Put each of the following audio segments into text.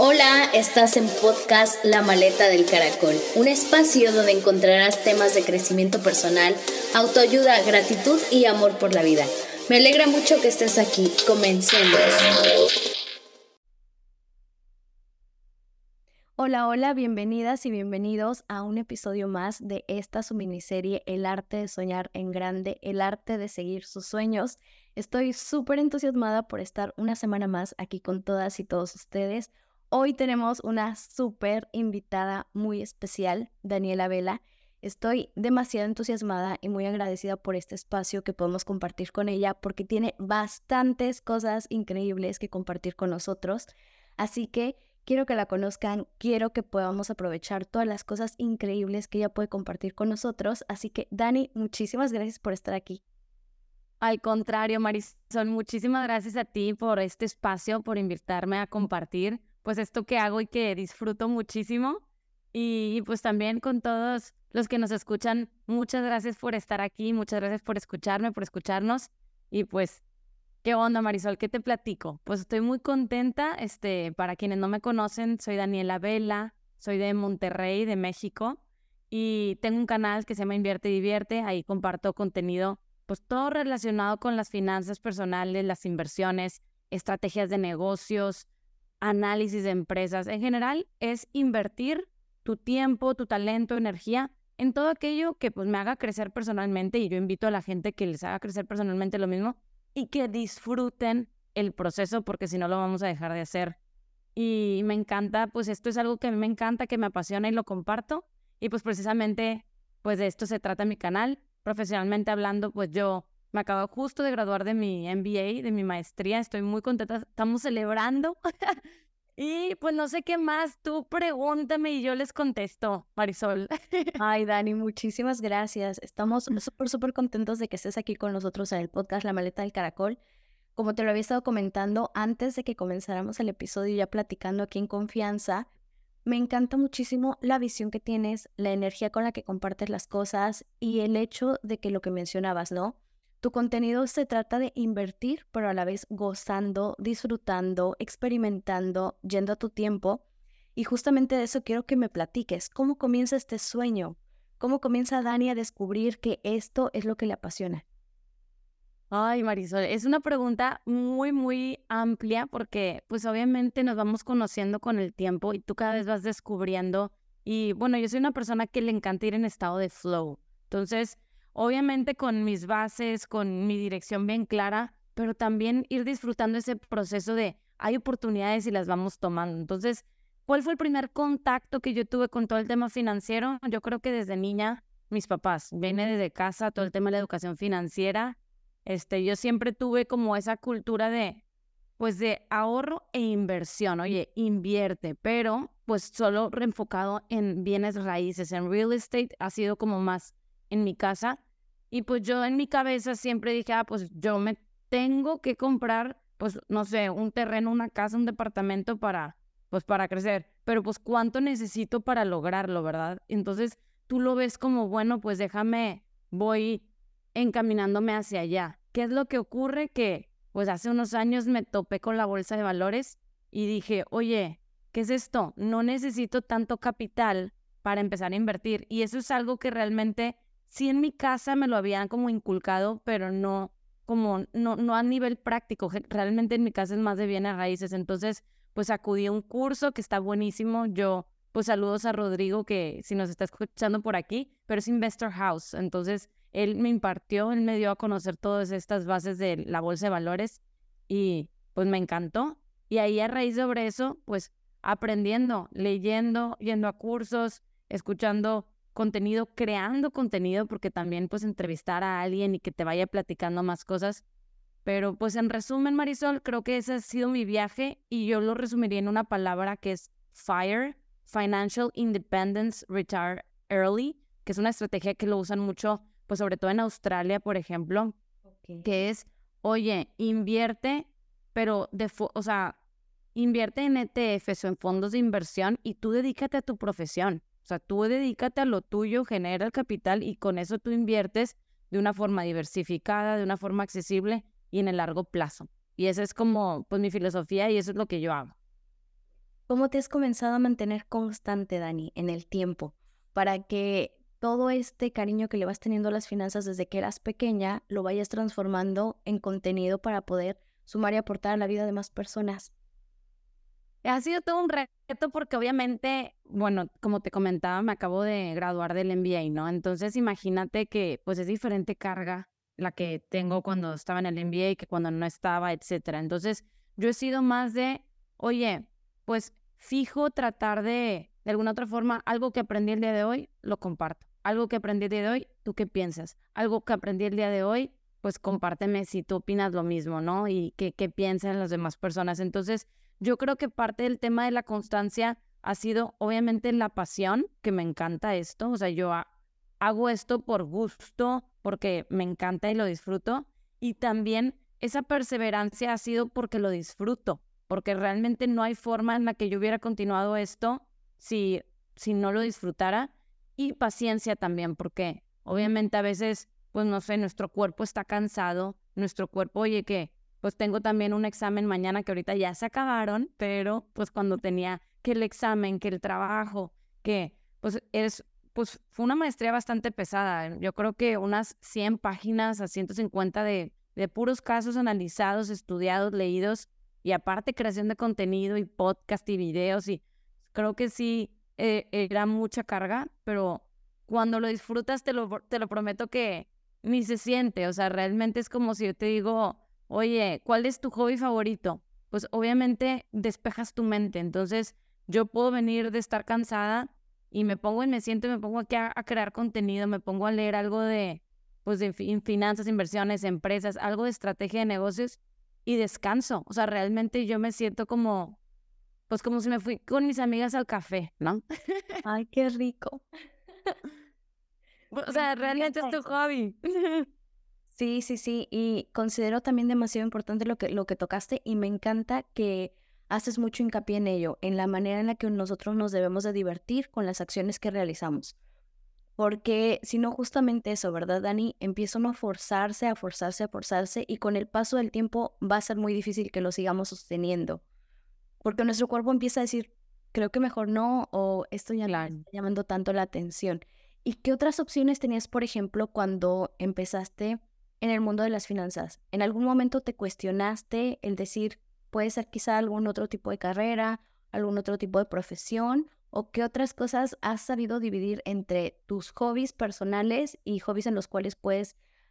Hola, estás en podcast La Maleta del Caracol, un espacio donde encontrarás temas de crecimiento personal, autoayuda, gratitud y amor por la vida. Me alegra mucho que estés aquí. Comencemos. Hola, hola, bienvenidas y bienvenidos a un episodio más de esta su miniserie El arte de soñar en grande, el arte de seguir sus sueños. Estoy súper entusiasmada por estar una semana más aquí con todas y todos ustedes. Hoy tenemos una súper invitada muy especial, Daniela Vela. Estoy demasiado entusiasmada y muy agradecida por este espacio que podemos compartir con ella porque tiene bastantes cosas increíbles que compartir con nosotros. Así que quiero que la conozcan, quiero que podamos aprovechar todas las cosas increíbles que ella puede compartir con nosotros. Así que, Dani, muchísimas gracias por estar aquí. Al contrario, Marisol, muchísimas gracias a ti por este espacio, por invitarme a compartir pues esto que hago y que disfruto muchísimo. Y pues también con todos los que nos escuchan, muchas gracias por estar aquí, muchas gracias por escucharme, por escucharnos. Y pues, ¿qué onda, Marisol? ¿Qué te platico? Pues estoy muy contenta. Para quienes no me conocen, soy Daniela Vela, soy de Monterrey, de México, y tengo un canal que se llama Invierte y Divierte. Ahí comparto contenido pues todo relacionado con las finanzas personales, las inversiones, estrategias de negocios, análisis de empresas. En general es invertir tu tiempo, tu talento, energía en todo aquello que pues me haga crecer personalmente, y yo invito a la gente que les haga crecer personalmente lo mismo y que disfruten el proceso, porque si no lo vamos a dejar de hacer. Y me encanta, pues esto es algo que a mí me encanta, que me apasiona y lo comparto, y pues precisamente pues de esto se trata mi canal. Profesionalmente hablando, pues yo me acabo justo de graduar de mi MBA, de mi maestría. Estoy muy contenta, estamos celebrando. Y pues no sé qué más, tú pregúntame y yo les contesto, Marisol. Ay, Dani, muchísimas gracias. Estamos súper contentos de que estés aquí con nosotros en el podcast La Maleta del Caracol. Como te lo había estado comentando antes de que comenzáramos el episodio, ya platicando aquí en confianza, me encanta muchísimo la visión que tienes, la energía con la que compartes las cosas y el hecho de que lo que mencionabas, ¿no? Tu contenido se trata de invertir, pero a la vez gozando, disfrutando, experimentando, yendo a tu tiempo. Y justamente de eso quiero que me platiques. ¿Cómo comienza este sueño? ¿Cómo comienza Dani a descubrir que esto es lo que le apasiona? Ay, Marisol, es una pregunta muy, muy amplia, porque pues obviamente nos vamos conociendo con el tiempo y tú cada vez vas descubriendo. Y bueno, yo soy una persona que le encanta ir en estado de flow. Entonces, obviamente con mis bases, con mi dirección bien clara, pero también ir disfrutando ese proceso de hay oportunidades y las vamos tomando. Entonces, ¿cuál fue el primer contacto que yo tuve con todo el tema financiero? Yo creo que desde niña, mis papás, viene desde casa todo el tema de la educación financiera. Yo siempre tuve como esa cultura de, pues, de ahorro e inversión. Oye, invierte, pero pues solo reenfocado en bienes raíces, en real estate, ha sido como más en mi casa. Y pues yo en mi cabeza siempre dije, pues yo me tengo que comprar, pues, no sé, un terreno, una casa, un departamento pues, para crecer. Pero pues, ¿cuánto necesito para lograrlo, verdad? Entonces, tú lo ves como, bueno, pues voy encaminándome hacia allá. ¿Qué es lo que ocurre? Que pues hace unos años me topé con la bolsa de valores y dije, oye, ¿qué es esto? No necesito tanto capital para empezar a invertir. Y eso es algo que realmente sí en mi casa me lo habían como inculcado, pero no no a nivel práctico. Realmente en mi casa es más de bienes raíces. Entonces, pues acudí a un curso que está buenísimo. Yo, pues saludos a Rodrigo, que si nos está escuchando por aquí, pero es Investor House. Entonces, él me impartió, él me dio a conocer todas estas bases de la bolsa de valores y pues me encantó. Y ahí a raíz sobre eso, pues aprendiendo, leyendo, yendo a cursos, escuchando contenido, creando contenido, porque también pues entrevistar a alguien y que te vaya platicando más cosas. Pero pues en resumen, Marisol, creo que ese ha sido mi viaje y yo lo resumiría en una palabra que es FIRE, Financial Independence Retire Early, que es una estrategia que lo usan mucho, pues sobre todo en Australia, por ejemplo, que es, oye, invierte, pero invierte en ETFs o en fondos de inversión y tú dedícate a tu profesión. O sea, tú dedícate a lo tuyo, genera el capital y con eso tú inviertes de una forma diversificada, de una forma accesible y en el largo plazo. Y esa es como, pues, mi filosofía y eso es lo que yo hago. ¿Cómo te has comenzado a mantener constante, Dani, en el tiempo para que todo este cariño que le vas teniendo a las finanzas desde que eras pequeña lo vayas transformando en contenido para poder sumar y aportar a la vida de más personas? Ha sido todo un reto porque obviamente, bueno, como te comentaba, me acabo de graduar del MBA, ¿no? Entonces imagínate que pues es diferente carga la que tengo cuando estaba en el MBA que cuando no estaba, etcétera. Entonces yo he sido más de, oye, pues fijo tratar de alguna otra forma, algo que aprendí el día de hoy, lo comparto. Algo que aprendí el día de hoy, ¿tú qué piensas? Algo que aprendí el día de hoy, pues compárteme si tú opinas lo mismo, ¿no? Y qué piensan las demás personas. Entonces, yo creo que parte del tema de la constancia ha sido obviamente la pasión, que me encanta esto, o sea, yo hago esto por gusto, porque me encanta y lo disfruto, y también esa perseverancia ha sido porque lo disfruto, porque realmente no hay forma en la que yo hubiera continuado esto si, si no lo disfrutara, y paciencia también, porque obviamente a veces, pues no sé, nuestro cuerpo está cansado, nuestro cuerpo, oye, que pues tengo también un examen mañana que ahorita ya se acabaron, pero pues cuando tenía que el examen, que el trabajo, que pues fue una maestría bastante pesada. Yo creo que unas 100 páginas a 150 de puros casos analizados, estudiados, leídos, y aparte creación de contenido y podcast y videos, y creo que sí era mucha carga, pero cuando lo disfrutas te lo prometo que ni se siente, o sea, realmente es como si yo te digo, oye, ¿cuál es tu hobby favorito? Pues obviamente despejas tu mente. Entonces, yo puedo venir de estar cansada y me pongo y me siento y me pongo aquí a crear contenido, me pongo a leer algo de, pues de finanzas, inversiones, empresas, algo de estrategia de negocios y descanso. O sea, realmente yo me siento como, pues como si me fui con mis amigas al café, ¿no? Ay, qué rico. O Me sea, realmente es encanta tu eso. hobby. Sí, sí, sí, y considero también demasiado importante lo que tocaste y me encanta que haces mucho hincapié en ello, en la manera en la que nosotros nos debemos de divertir con las acciones que realizamos. Porque si no, justamente eso, ¿verdad, Dani? Empieza uno a forzarse, a forzarse, a forzarse y con el paso del tiempo va a ser muy difícil que lo sigamos sosteniendo. Porque nuestro cuerpo empieza a decir, creo que mejor no, o esto ya no me Claro. está llamando tanto la atención. ¿Y qué otras opciones tenías, por ejemplo, cuando empezaste en el mundo de las finanzas? ¿En algún momento te cuestionaste el decir, puede ser quizá algún otro tipo de carrera, algún otro tipo de profesión? ¿O qué otras cosas has sabido dividir entre tus hobbies personales y hobbies en los cuales puedes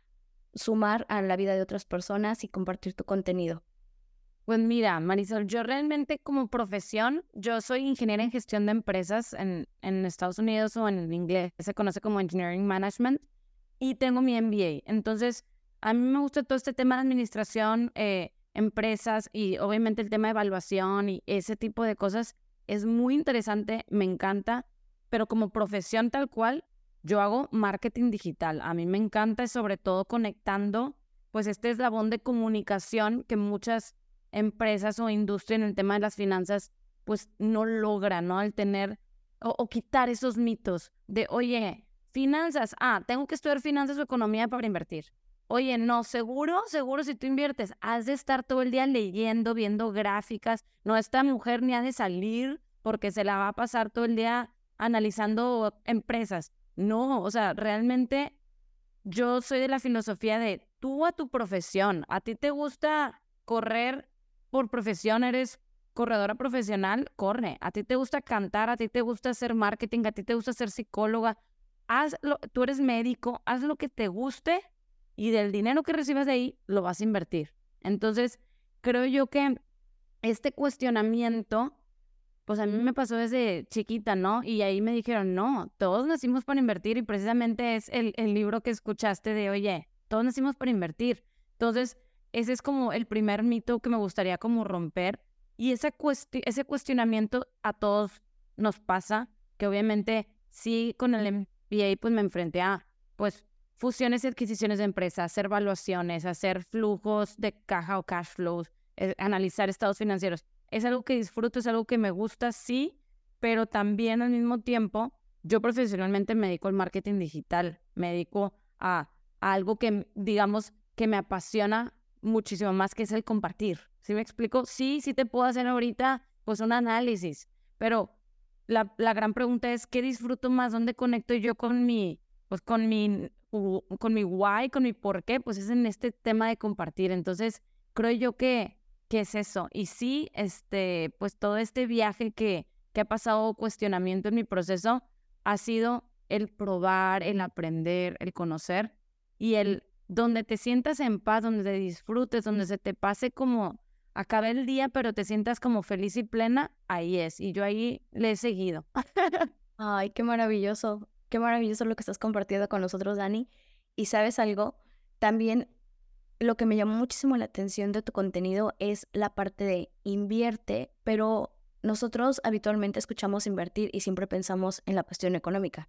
sumar a la vida de otras personas y compartir tu contenido? Pues mira, Marisol, yo realmente como profesión, yo soy ingeniera en gestión de empresas en Estados Unidos o en inglés se conoce como Engineering Management y tengo mi MBA. Entonces, a mí me gusta todo este tema de administración, empresas y obviamente el tema de evaluación y ese tipo de cosas es muy interesante, me encanta, pero como profesión tal cual, yo hago marketing digital. A mí me encanta sobre todo conectando pues este eslabón de comunicación que muchas empresas o industria en el tema de las finanzas, pues no logra, ¿no? Al tener o quitar esos mitos de, oye, finanzas, tengo que estudiar finanzas o economía para invertir. Oye, no, seguro si tú inviertes, has de estar todo el día leyendo, viendo gráficas, no, esta mujer ni ha de salir porque se la va a pasar todo el día analizando empresas. No, o sea, realmente yo soy de la filosofía de tú a tu profesión, a ti te gusta correr por profesión, eres corredora profesional, corre. A ti te gusta cantar, a ti te gusta hacer marketing, a ti te gusta ser psicóloga. Hazlo, tú eres médico, haz lo que te guste y del dinero que recibas de ahí lo vas a invertir. Entonces, creo yo que este cuestionamiento, pues a mí me pasó desde chiquita, ¿no? Y ahí me dijeron, no, todos nacimos para invertir y precisamente es el libro que escuchaste de, oye, todos nacimos para invertir. Entonces, ese es como el primer mito que me gustaría como romper y ese cuestionamiento a todos nos pasa, que obviamente sí con el MBA pues me enfrenté a pues fusiones y adquisiciones de empresas, hacer evaluaciones, hacer flujos de caja o cash flows, analizar estados financieros. Es algo que disfruto, es algo que me gusta, sí, pero también al mismo tiempo yo profesionalmente me dedico al marketing digital, me dedico a algo que, digamos, que me apasiona muchísimo más, que es el compartir. ¿Sí me explico? Sí, sí te puedo hacer ahorita pues un análisis, pero la gran pregunta es, ¿qué disfruto más? ¿Dónde conecto yo con mi why, con mi por qué? Pues es en este tema de compartir. Entonces, creo yo que es eso. Y sí, pues todo este viaje que ha pasado, cuestionamiento en mi proceso, ha sido el probar, el aprender, el conocer y el donde te sientas en paz, donde te disfrutes, donde se te pase como acabe el día, pero te sientas como feliz y plena, ahí es. Y yo ahí le he seguido. Ay, qué maravilloso lo que estás compartiendo con nosotros, Dani. Y ¿sabes algo? También lo que me llamó muchísimo la atención de tu contenido es la parte de invierte, pero nosotros habitualmente escuchamos invertir y siempre pensamos en la cuestión económica.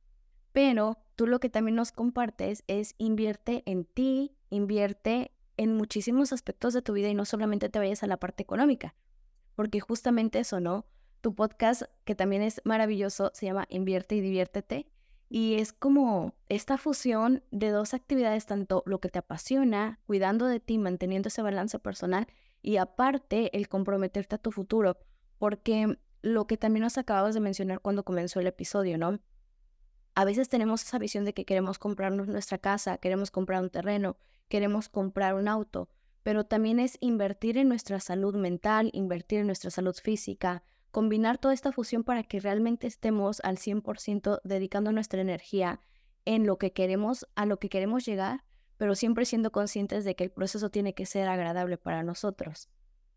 Pero tú lo que también nos compartes es invierte en ti, invierte en muchísimos aspectos de tu vida y no solamente te vayas a la parte económica, porque justamente eso, ¿no? Tu podcast, que también es maravilloso, se llama Invierte y Diviértete, y es como esta fusión de dos actividades, tanto lo que te apasiona, cuidando de ti, manteniendo ese balance personal, y aparte el comprometerte a tu futuro, porque lo que también nos acababas de mencionar cuando comenzó el episodio, ¿no? A veces tenemos esa visión de que queremos comprarnos nuestra casa, queremos comprar un terreno, queremos comprar un auto, pero también es invertir en nuestra salud mental, invertir en nuestra salud física, combinar toda esta fusión para que realmente estemos al 100% dedicando nuestra energía en lo que queremos, a lo que queremos llegar, pero siempre siendo conscientes de que el proceso tiene que ser agradable para nosotros.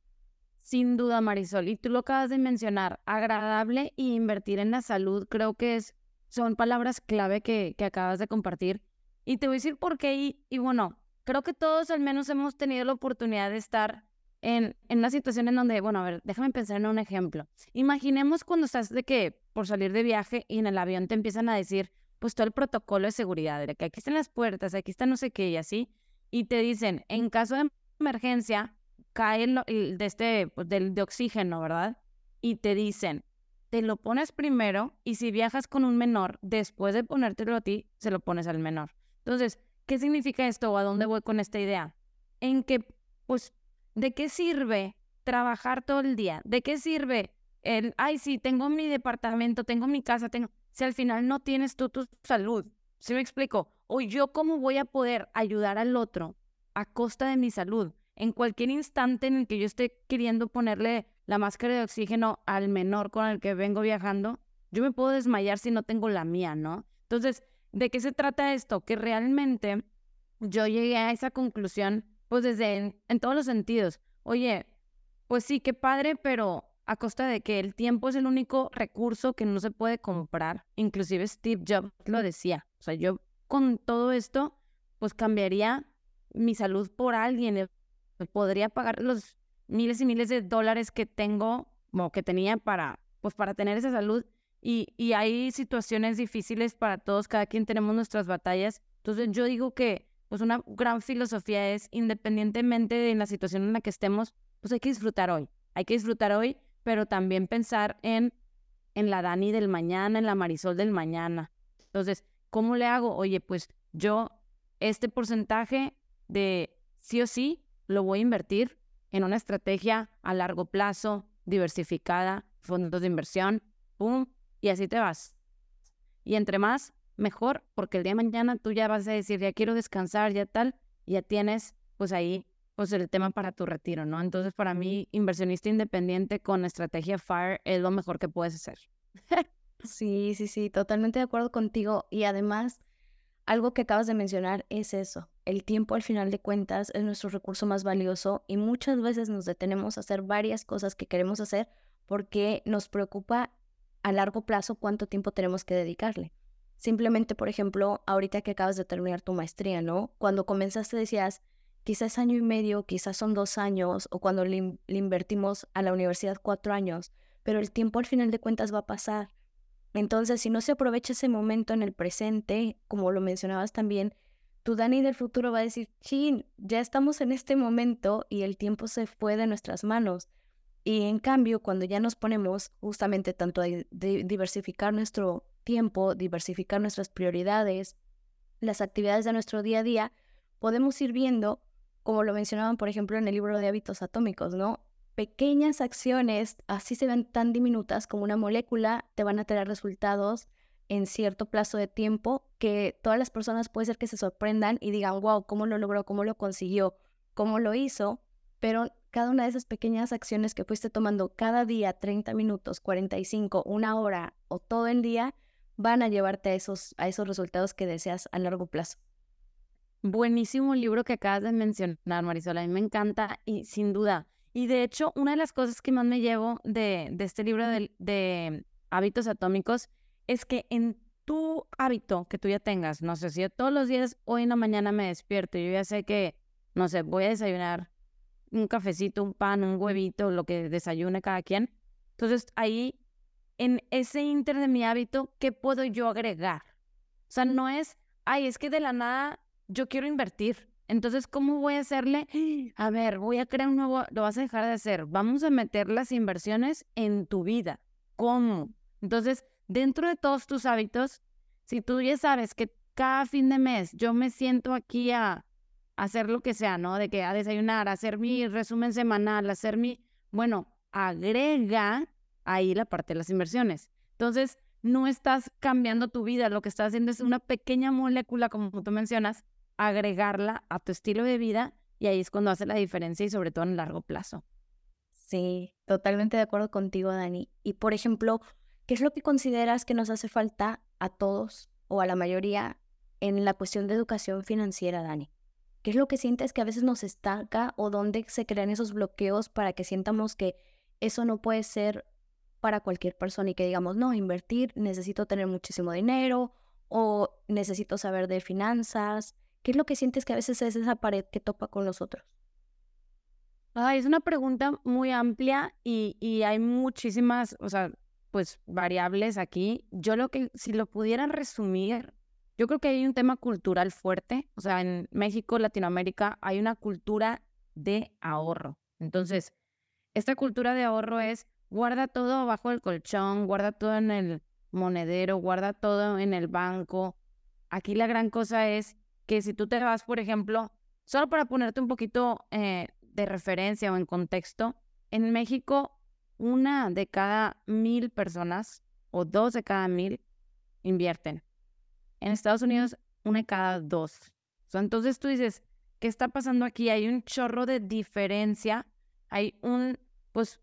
Sin duda, Marisol. Y tú lo acabas de mencionar, agradable y invertir en la salud, creo que son palabras clave que acabas de compartir. Y te voy a decir por qué. Y bueno, creo que todos al menos hemos tenido la oportunidad de estar en una situación en donde, bueno, a ver, déjame pensar en un ejemplo. Imaginemos cuando estás de que por salir de viaje y en el avión te empiezan a decir, pues todo el protocolo de seguridad, de que aquí están las puertas, aquí está no sé qué y así. Y te dicen, en caso de emergencia, cae de oxígeno, ¿verdad? Y te dicen, te lo pones primero y si viajas con un menor, después de ponértelo a ti, se lo pones al menor. Entonces, ¿qué significa esto o a dónde voy con esta idea? En que, pues, ¿de qué sirve trabajar todo el día? ¿De qué sirve sí, tengo mi departamento, tengo mi casa, si al final no tienes tú tu salud? ¿Sí me explico? O yo, ¿cómo voy a poder ayudar al otro a costa de mi salud? En cualquier instante en el que yo esté queriendo ponerle la máscara de oxígeno al menor con el que vengo viajando, yo me puedo desmayar si no tengo la mía, ¿no? Entonces, ¿de qué se trata esto? Que realmente yo llegué a esa conclusión, pues desde en todos los sentidos. Oye, pues sí, qué padre, pero a costa de que el tiempo es el único recurso que no se puede comprar. Inclusive Steve Jobs lo decía. O sea, yo con todo esto, pues cambiaría mi salud por alguien. Podría pagar los miles y miles de dólares que tengo o que tenía para tener esa salud. Y hay situaciones difíciles para todos, cada quien tenemos nuestras batallas. Entonces yo digo que pues una gran filosofía es, independientemente de la situación en la que estemos, pues hay que disfrutar hoy. Hay que disfrutar hoy, pero también pensar en la Dani del mañana, en la Marisol del mañana. Entonces, ¿cómo le hago? Oye, pues yo este porcentaje de sí o sí lo voy a invertir en una estrategia a largo plazo, diversificada, fondos de inversión, ¡pum! Y así te vas. Y entre más, mejor, porque el día de mañana tú ya vas a decir, ya quiero descansar, ya tal, y ya tienes, pues ahí, pues el tema para tu retiro, ¿no? Entonces, para mí, inversionista independiente con estrategia FIRE es lo mejor que puedes hacer. Sí, totalmente de acuerdo contigo. Y además, algo que acabas de mencionar es eso. El tiempo, al final de cuentas, es nuestro recurso más valioso y muchas veces nos detenemos a hacer varias cosas que queremos hacer porque nos preocupa a largo plazo cuánto tiempo tenemos que dedicarle. Simplemente, por ejemplo, ahorita que acabas de terminar tu maestría, ¿no? Cuando comenzaste decías, quizás año y medio, quizás son 2 años, o cuando le invertimos a la universidad 4 años, pero el tiempo al final de cuentas va a pasar. Entonces, si no se aprovecha ese momento en el presente, como lo mencionabas también, tu Dani del futuro va a decir, chin, ya estamos en este momento y el tiempo se fue de nuestras manos. Y en cambio, cuando ya nos ponemos justamente tanto a diversificar nuestro tiempo, diversificar nuestras prioridades, las actividades de nuestro día a día, podemos ir viendo, como lo mencionaban, por ejemplo, en el libro de hábitos atómicos, ¿no? pequeñas acciones, así se ven tan diminutas como una molécula, te van a traer resultados en cierto plazo de tiempo que todas las personas puede ser que se sorprendan y digan, wow, ¿cómo lo logró? ¿Cómo lo consiguió? ¿Cómo lo hizo? Pero cada una de esas pequeñas acciones que fuiste tomando cada día, 30 minutos, 45, una hora o todo el día, van a llevarte a esos resultados que deseas a largo plazo. Buenísimo libro que acabas de mencionar, Marisol. A mí me encanta y sin duda. Y de hecho, una de las cosas que más me llevo de este libro de hábitos atómicos es que en tu hábito que tú ya tengas, no sé, si yo todos los días, hoy en la mañana me despierto, yo ya sé que, no sé, voy a desayunar un cafecito, un pan, un huevito, lo que desayune cada quien. Entonces, ahí, en ese inter de mi hábito, ¿qué puedo yo agregar? O sea, no es, ay, es que de la nada yo quiero invertir. Entonces, ¿cómo voy a hacerle? A ver, voy a crear un nuevo, lo vas a dejar de hacer. Vamos a meter las inversiones en tu vida. ¿Cómo? Entonces, dentro de todos tus hábitos, si tú ya sabes que cada fin de mes yo me siento aquí a hacer lo que sea, ¿no? De que a desayunar, a hacer mi resumen semanal, hacer mi... Bueno, agrega ahí la parte de las inversiones. Entonces, no estás cambiando tu vida, lo que estás haciendo es una pequeña molécula, como tú mencionas, agregarla a tu estilo de vida y ahí es cuando hace la diferencia y sobre todo en largo plazo. Sí, totalmente de acuerdo contigo, Dani. Y por ejemplo, ¿qué es lo que consideras que nos hace falta a todos o a la mayoría en la cuestión de educación financiera, Dani? ¿Qué es lo que sientes que a veces nos estanca o dónde se crean esos bloqueos para que sientamos que eso no puede ser para cualquier persona y que digamos, no, invertir, necesito tener muchísimo dinero o necesito saber de finanzas? ¿Qué es lo que sientes que a veces es esa pared que topa con los otros? Ay, es una pregunta muy amplia y hay muchísimas, o sea, pues variables aquí. Yo lo que, si lo pudiera resumir, yo creo que hay un tema cultural fuerte. O sea, en México, Latinoamérica, hay una cultura de ahorro. Entonces, esta cultura de ahorro es guarda todo bajo el colchón, guarda todo en el monedero, guarda todo en el banco. Aquí la gran cosa es que si tú te vas, por ejemplo, solo para ponerte un poquito de referencia o en contexto, en México, 1 de cada 1,000 personas o 2 de cada 1,000 invierten. En Estados Unidos, 1 de cada 2. O sea, entonces tú dices, ¿qué está pasando aquí? Hay un chorro de diferencia, hay pues,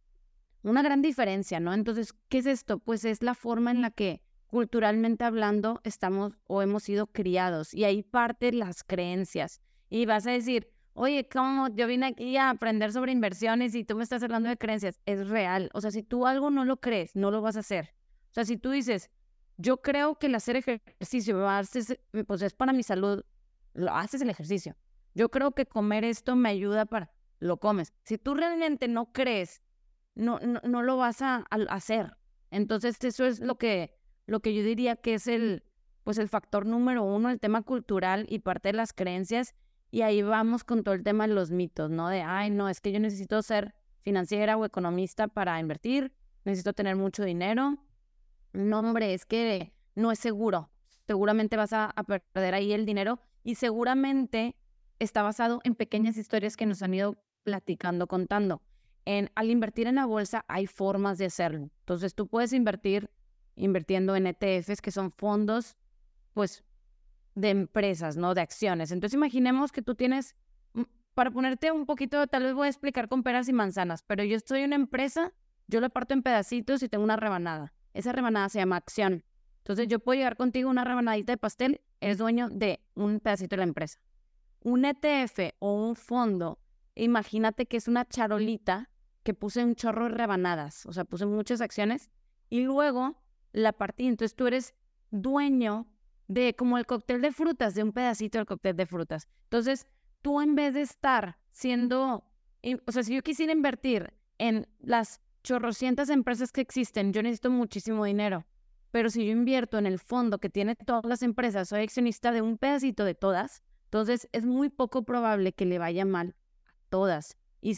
una gran diferencia, ¿no? Entonces, ¿qué es esto? Pues es la forma en la que culturalmente hablando estamos o hemos sido criados y ahí parten las creencias. Y vas a decir, oye, ¿cómo yo vine aquí a aprender sobre inversiones y tú me estás hablando de creencias? Es real. O sea, si tú algo no lo crees, no lo vas a hacer. O sea, si tú dices, yo creo que el hacer ejercicio pues es para mi salud, lo haces el ejercicio. Yo creo que comer esto me ayuda para, lo comes. Si tú realmente no crees, no lo vas a hacer. Entonces, eso es lo que yo diría que es pues el factor número 1, el tema cultural y parte de las creencias. Y ahí vamos con todo el tema de los mitos, ¿no? De, ay, no, es que yo necesito ser financiera o economista para invertir, necesito tener mucho dinero. No, hombre, es que no es seguro. Seguramente vas a perder ahí el dinero y seguramente está basado en pequeñas historias que nos han ido platicando, contando. Al invertir en la bolsa hay formas de hacerlo. Entonces tú puedes invirtiendo en ETFs, que son fondos, pues, de empresas, ¿no? De acciones. Entonces imaginemos que tú tienes, para ponerte un poquito, tal vez voy a explicar con peras y manzanas, pero yo estoy en una empresa, yo la parto en pedacitos y tengo una rebanada. Esa rebanada se llama acción. Entonces yo puedo llegar contigo una rebanadita de pastel, eres dueño de un pedacito de la empresa. Un ETF o un fondo, imagínate que es una charolita que puse un chorro de rebanadas, o sea, puse muchas acciones y luego la partí. Entonces tú eres dueño de como el cóctel de frutas, de un pedacito del cóctel de frutas. Entonces tú en vez de estar siendo, o sea, si yo quisiera invertir en las chorrocientas empresas que existen, yo necesito muchísimo dinero. Pero si yo invierto en el fondo que tiene todas las empresas, soy accionista de un pedacito de todas, entonces es muy poco probable que le vaya mal a todas. Y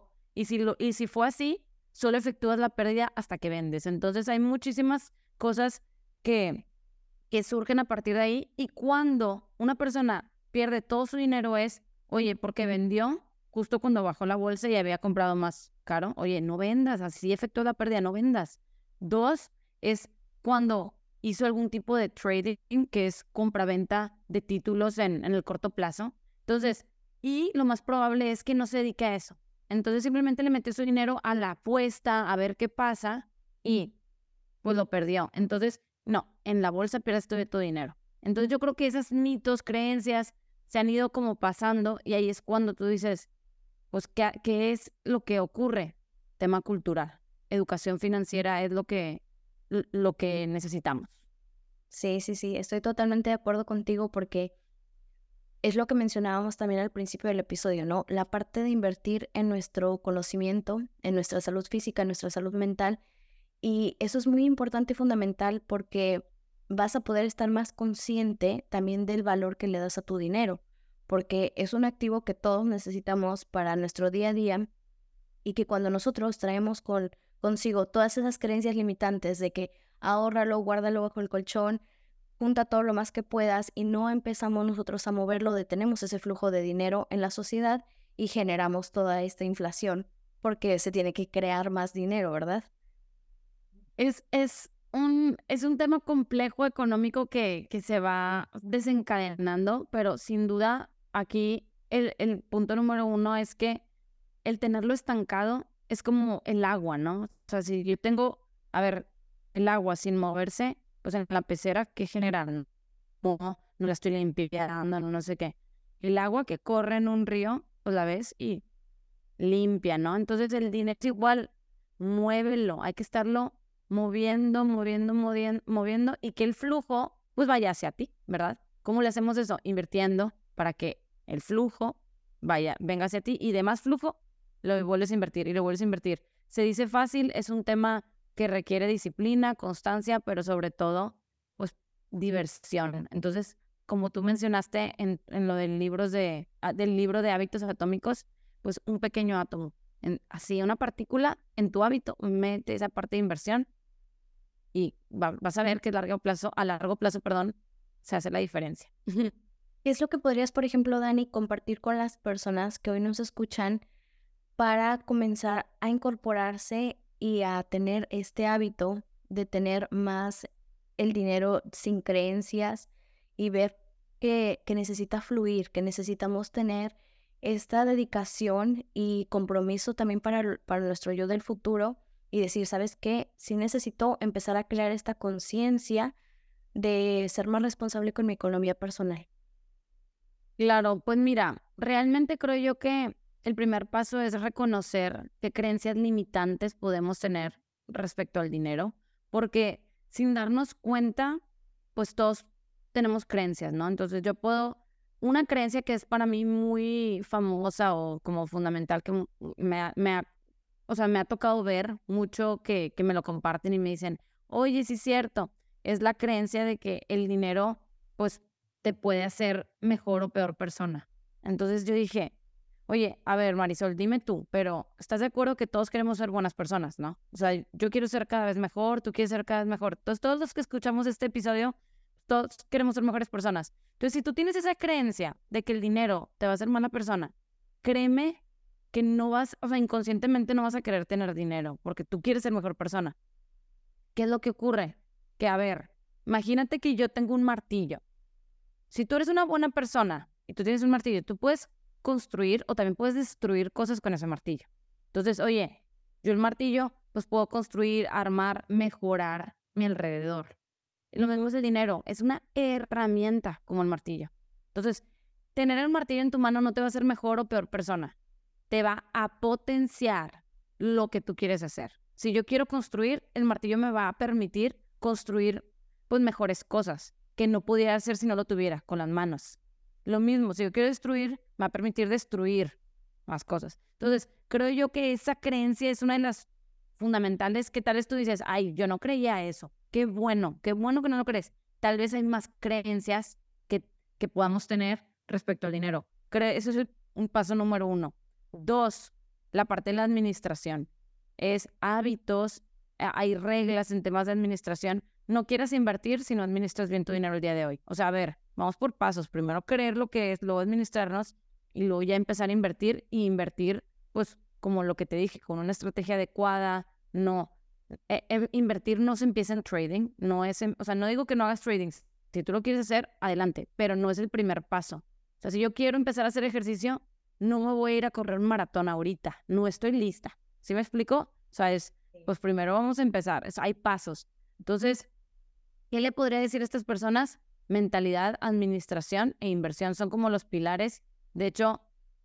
si fue así, solo efectúas la pérdida hasta que vendes. Entonces hay muchísimas cosas que surgen a partir de ahí. Y cuando una persona pierde todo su dinero es, oye, ¿por qué vendió? justo cuando bajó la bolsa y había comprado más caro. Oye, no vendas, así efectuó la pérdida, no vendas. 2 es cuando hizo algún tipo de trading, que es compra-venta de títulos en el corto plazo. Entonces, y lo más probable es que no se dedique a eso. Entonces simplemente le metió su dinero a la apuesta, a ver qué pasa, y pues lo perdió. Entonces, no, en la bolsa pierdes todo tu dinero. Entonces yo creo que esas mitos, creencias, se han ido como pasando, y ahí es cuando tú dices, pues, ¿qué es lo que ocurre? Tema cultural. Educación financiera es lo que necesitamos. Sí, sí, sí, estoy totalmente de acuerdo contigo porque es lo que mencionábamos también al principio del episodio, ¿no? La parte de invertir en nuestro conocimiento, en nuestra salud física, en nuestra salud mental. Y eso es muy importante y fundamental porque vas a poder estar más consciente también del valor que le das a tu dinero, porque es un activo que todos necesitamos para nuestro día a día y que cuando nosotros traemos consigo todas esas creencias limitantes de que ahórralo, guárdalo bajo el colchón, junta todo lo más que puedas y no empezamos nosotros a moverlo, detenemos ese flujo de dinero en la sociedad y generamos toda esta inflación porque se tiene que crear más dinero, ¿verdad? Es un tema complejo económico que se va desencadenando, pero sin duda aquí el punto número 1 es que el tenerlo estancado es como el agua, ¿no? O sea, si yo tengo, a ver, el agua sin moverse, pues en la pecera, ¿qué genera? No la estoy limpiando, no sé qué. El agua que corre en un río, pues la ves y limpia, ¿no? Entonces el dinero es igual, muévelo, hay que estarlo moviendo y que el flujo pues vaya hacia ti, ¿verdad? ¿Cómo le hacemos eso? Invirtiendo para que el flujo venga hacia ti y de más flujo lo vuelves a invertir y lo vuelves a invertir. Se dice fácil, es un tema que requiere disciplina, constancia, pero sobre todo pues diversión. Entonces, como tú mencionaste en lo del libro de hábitos atómicos, pues un pequeño átomo, así una partícula en tu hábito, mete esa parte de inversión y vas a ver que a largo plazo, se hace la diferencia. ¿Qué es lo que podrías, por ejemplo, Dani, compartir con las personas que hoy nos escuchan para comenzar a incorporarse y a tener este hábito de tener más el dinero sin creencias y ver que necesita fluir, que necesitamos tener esta dedicación y compromiso también para nuestro yo del futuro y decir, ¿sabes qué? Sí necesito empezar a crear esta conciencia de ser más responsable con mi economía personal. Claro, pues mira, realmente creo yo que el primer paso es reconocer qué creencias limitantes podemos tener respecto al dinero, porque sin darnos cuenta, pues todos tenemos creencias, ¿no? Entonces una creencia que es para mí muy famosa o como fundamental, que o sea, me ha tocado ver mucho que me lo comparten y me dicen, oye, sí es cierto, es la creencia de que el dinero, pues, te puede hacer mejor o peor persona. Entonces yo dije, oye, a ver, Marisol, dime tú, pero ¿estás de acuerdo que todos queremos ser buenas personas, no? O sea, yo quiero ser cada vez mejor, tú quieres ser cada vez mejor. Entonces, todos los que escuchamos este episodio, todos queremos ser mejores personas. Entonces, si tú tienes esa creencia de que el dinero te va a hacer mala persona, créeme que o sea, inconscientemente no vas a querer tener dinero porque tú quieres ser mejor persona. ¿Qué es lo que ocurre? Que, a ver, imagínate que yo tengo un martillo. Si tú eres una buena persona y tú tienes un martillo, tú puedes construir o también puedes destruir cosas con ese martillo. Entonces, oye, yo el martillo, pues puedo construir, armar, mejorar mi alrededor. Lo mismo es el dinero, es una herramienta como el martillo. Entonces, tener el martillo en tu mano no te va a hacer mejor o peor persona. Te va a potenciar lo que tú quieres hacer. Si yo quiero construir, el martillo me va a permitir construir pues mejores cosas que no pudiera hacer si no lo tuviera con las manos. Lo mismo, si yo quiero destruir, me va a permitir destruir más cosas. Entonces, creo yo que esa creencia es una de las fundamentales que tal vez tú dices, ay, yo no creía eso. Qué bueno que no lo crees. Tal vez hay más creencias que podamos tener respecto al dinero. Eso es un paso número 1. 2, la parte de la administración. Es hábitos, hay reglas en temas de administración. No quieras invertir si no administras bien tu dinero el día de hoy. O sea, a ver, vamos por pasos. Primero creer lo que es, luego administrarnos y luego ya empezar a invertir y invertir, pues como lo que te dije, con una estrategia adecuada. No, invertir no se empieza en trading, no es, o sea, no digo que no hagas trading, si tú lo quieres hacer, adelante, pero no es el primer paso. O sea, si yo quiero empezar a hacer ejercicio, no me voy a ir a correr un maratón ahorita, no estoy lista. ¿Sí me explico? O sea, pues primero vamos a empezar, hay pasos. Entonces, ¿qué le podría decir a estas personas? Mentalidad, administración e inversión son como los pilares. De hecho,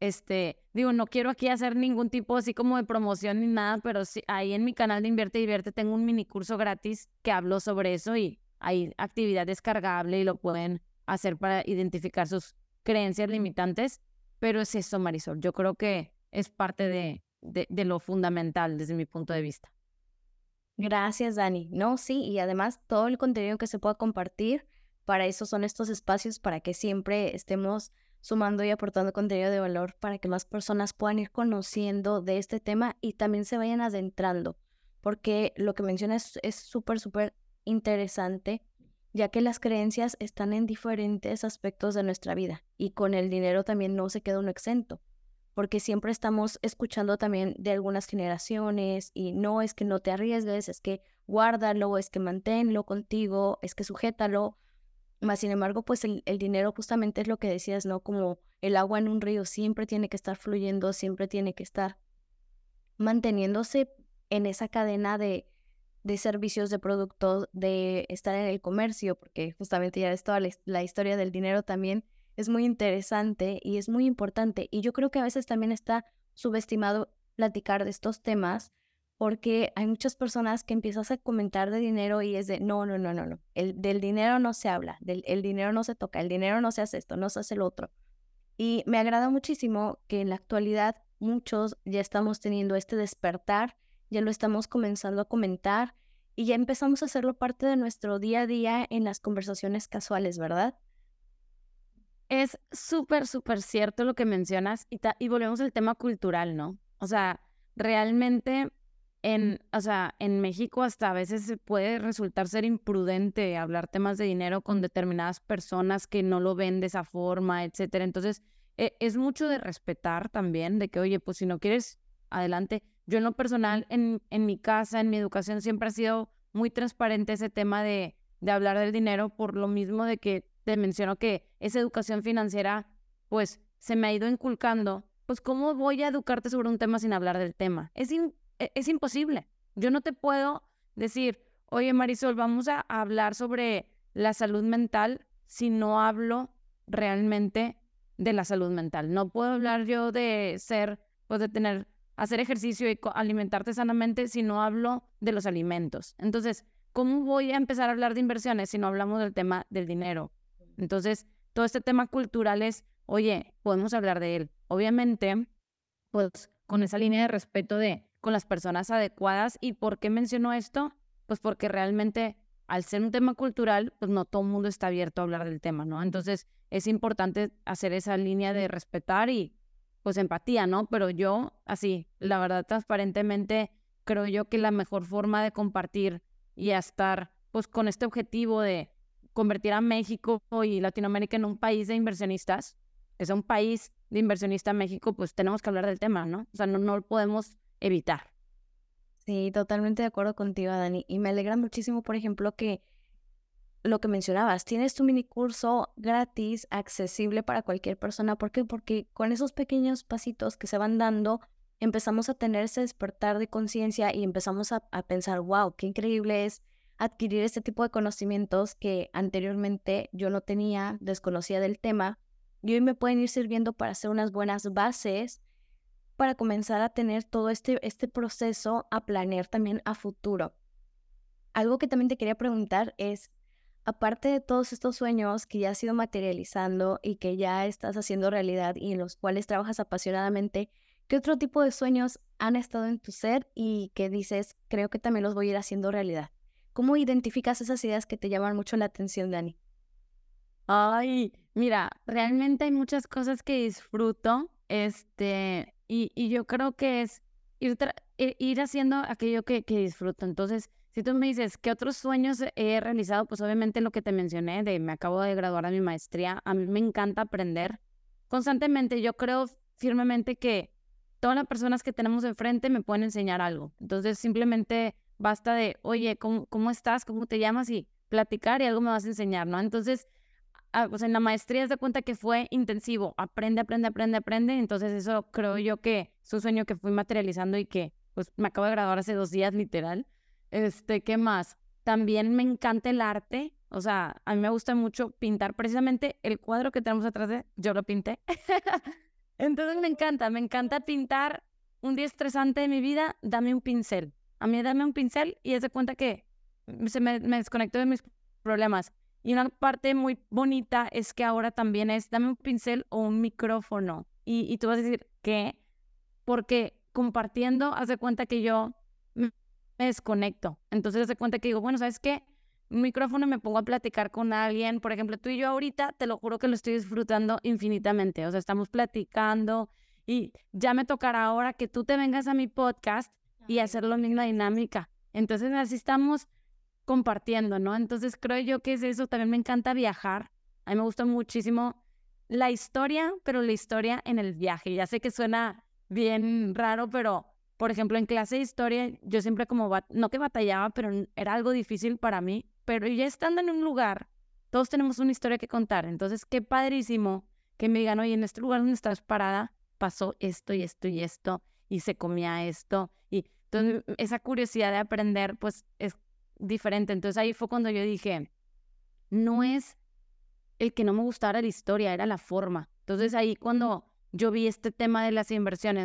digo, no quiero aquí hacer ningún tipo así como de promoción ni nada, pero sí, ahí en mi canal de Invierte y Divierte tengo un mini curso gratis que hablo sobre eso y hay actividad descargable y lo pueden hacer para identificar sus creencias limitantes. Pero es eso, Marisol. Yo creo que es parte de lo fundamental desde mi punto de vista. Gracias, Dani. No, sí, y además todo el contenido que se pueda compartir, para eso son estos espacios, para que siempre estemos sumando y aportando contenido de valor para que más personas puedan ir conociendo de este tema y también se vayan adentrando, porque lo que mencionas es súper, súper interesante, ya que las creencias están en diferentes aspectos de nuestra vida y con el dinero también no se queda uno exento, porque siempre estamos escuchando también de algunas generaciones y no es que no te arriesgues, es que guárdalo, es que manténlo contigo, es que sujétalo. Más sin embargo, pues el dinero justamente es lo que decías, ¿no? Como el agua en un río siempre tiene que estar fluyendo, siempre tiene que estar manteniéndose en esa cadena de servicios, de productos, de estar en el comercio, porque justamente ya es toda la historia del dinero también es muy interesante y es muy importante. Y yo creo que a veces también está subestimado platicar de estos temas porque hay muchas personas que empiezas a comentar de dinero y es de no, no, no, no, no. Del dinero no se habla, el dinero no se toca, el dinero no se hace esto, no se hace lo otro. Y me agrada muchísimo que en la actualidad muchos ya estamos teniendo este despertar, ya lo estamos comenzando a comentar y ya empezamos a hacerlo parte de nuestro día a día en las conversaciones casuales, ¿verdad? Es súper, súper cierto lo que mencionas y volvemos al tema cultural, ¿no? O sea, realmente en México hasta a veces se puede resultar ser imprudente hablar temas de dinero con determinadas personas que no lo ven de esa forma, etcétera. Entonces, es mucho de respetar también, de que, oye, pues si no quieres, adelante. Yo en lo personal, en mi casa, en mi educación, siempre ha sido muy transparente ese tema de hablar del dinero por lo mismo de que te menciono que esa educación financiera, pues, se me ha ido inculcando. Pues, ¿cómo voy a educarte sobre un tema sin hablar del tema? Es imposible. Yo no te puedo decir, oye, Marisol, vamos a hablar sobre la salud mental si no hablo realmente de la salud mental. No puedo hablar yo de hacer ejercicio y alimentarte sanamente si no hablo de los alimentos. Entonces, ¿cómo voy a empezar a hablar de inversiones si no hablamos del tema del dinero? Entonces, todo este tema cultural es, oye, podemos hablar de él. Obviamente, pues con esa línea de respeto con las personas adecuadas. ¿Y por qué menciono esto? Pues porque realmente al ser un tema cultural, pues no todo el mundo está abierto a hablar del tema, ¿no? Entonces es importante hacer esa línea de respetar y pues empatía, ¿no? Pero yo, así, la verdad, transparentemente, creo yo que la mejor forma de compartir y a estar pues con este objetivo de convertir a México y Latinoamérica en un país de inversionistas, es un país de inversionista México, pues tenemos que hablar del tema, ¿no? O sea, no lo podemos evitar. Sí, totalmente de acuerdo contigo, Dani. Y me alegra muchísimo, por ejemplo, que lo que mencionabas, tienes tu mini curso gratis, accesible para cualquier persona. ¿Por qué? Porque con esos pequeños pasitos que se van dando, empezamos a tener ese despertar de conciencia y empezamos a pensar, wow, qué increíble es adquirir este tipo de conocimientos que anteriormente yo no tenía, desconocía del tema, y hoy me pueden ir sirviendo para hacer unas buenas bases para comenzar a tener todo este proceso, a planear también a futuro. Algo que también te quería preguntar es, aparte de todos estos sueños que ya has ido materializando y que ya estás haciendo realidad y en los cuales trabajas apasionadamente, ¿qué otro tipo de sueños han estado en tu ser y que dices, creo que también los voy a ir haciendo realidad? ¿Cómo identificas esas ideas que te llaman mucho la atención, Dani? Ay, mira, realmente hay muchas cosas que disfruto, y yo creo que es ir haciendo aquello que disfruto. Entonces, si tú me dices, ¿qué otros sueños he realizado? Pues obviamente lo que te mencioné, me acabo de graduar de mi maestría, a mí me encanta aprender, constantemente yo creo firmemente que todas las personas que tenemos enfrente me pueden enseñar algo. Entonces simplemente basta de, oye, ¿cómo estás? ¿Cómo te llamas? Y platicar y algo me vas a enseñar, ¿no? Entonces, pues en la maestría se da cuenta que fue intensivo, aprende. Entonces eso creo yo que es un sueño que fui materializando y que pues me acabo de graduar hace 2 días, literal. ¿Qué más? También me encanta el arte, o sea, a mí me gusta mucho pintar. Precisamente el cuadro que tenemos atrás yo lo pinté. Entonces me encanta pintar. Un día estresante de mi vida, dame un pincel. A mí dame un pincel y haz de cuenta que me desconecto de mis problemas. Y una parte muy bonita es que ahora también es, dame un pincel o un micrófono. Y tú vas a decir, ¿qué? Porque compartiendo, haz de cuenta que yo me desconecto. Entonces haz de cuenta que digo, bueno, ¿sabes qué? Un micrófono y me pongo a platicar con alguien. Por ejemplo, tú y yo ahorita, te lo juro que lo estoy disfrutando infinitamente. O sea, estamos platicando y ya me tocará ahora que tú te vengas a mi podcast y hacer la misma dinámica. Entonces así estamos compartiendo, ¿no? Entonces creo yo que es eso. También me encanta viajar. A mí me gusta muchísimo la historia, pero la historia en el viaje. Ya sé que suena bien raro, pero por ejemplo en clase de historia yo siempre como, no que batallaba, pero era algo difícil para mí, pero ya estando en un lugar, todos tenemos una historia que contar. Entonces qué padrísimo que me digan, oye, en este lugar donde estás parada pasó esto y esto y esto y se comía esto. Y entonces esa curiosidad de aprender pues es diferente. Entonces ahí fue cuando yo dije, no es el que no me gustara la historia, era la forma. Entonces ahí cuando yo vi este tema de las inversiones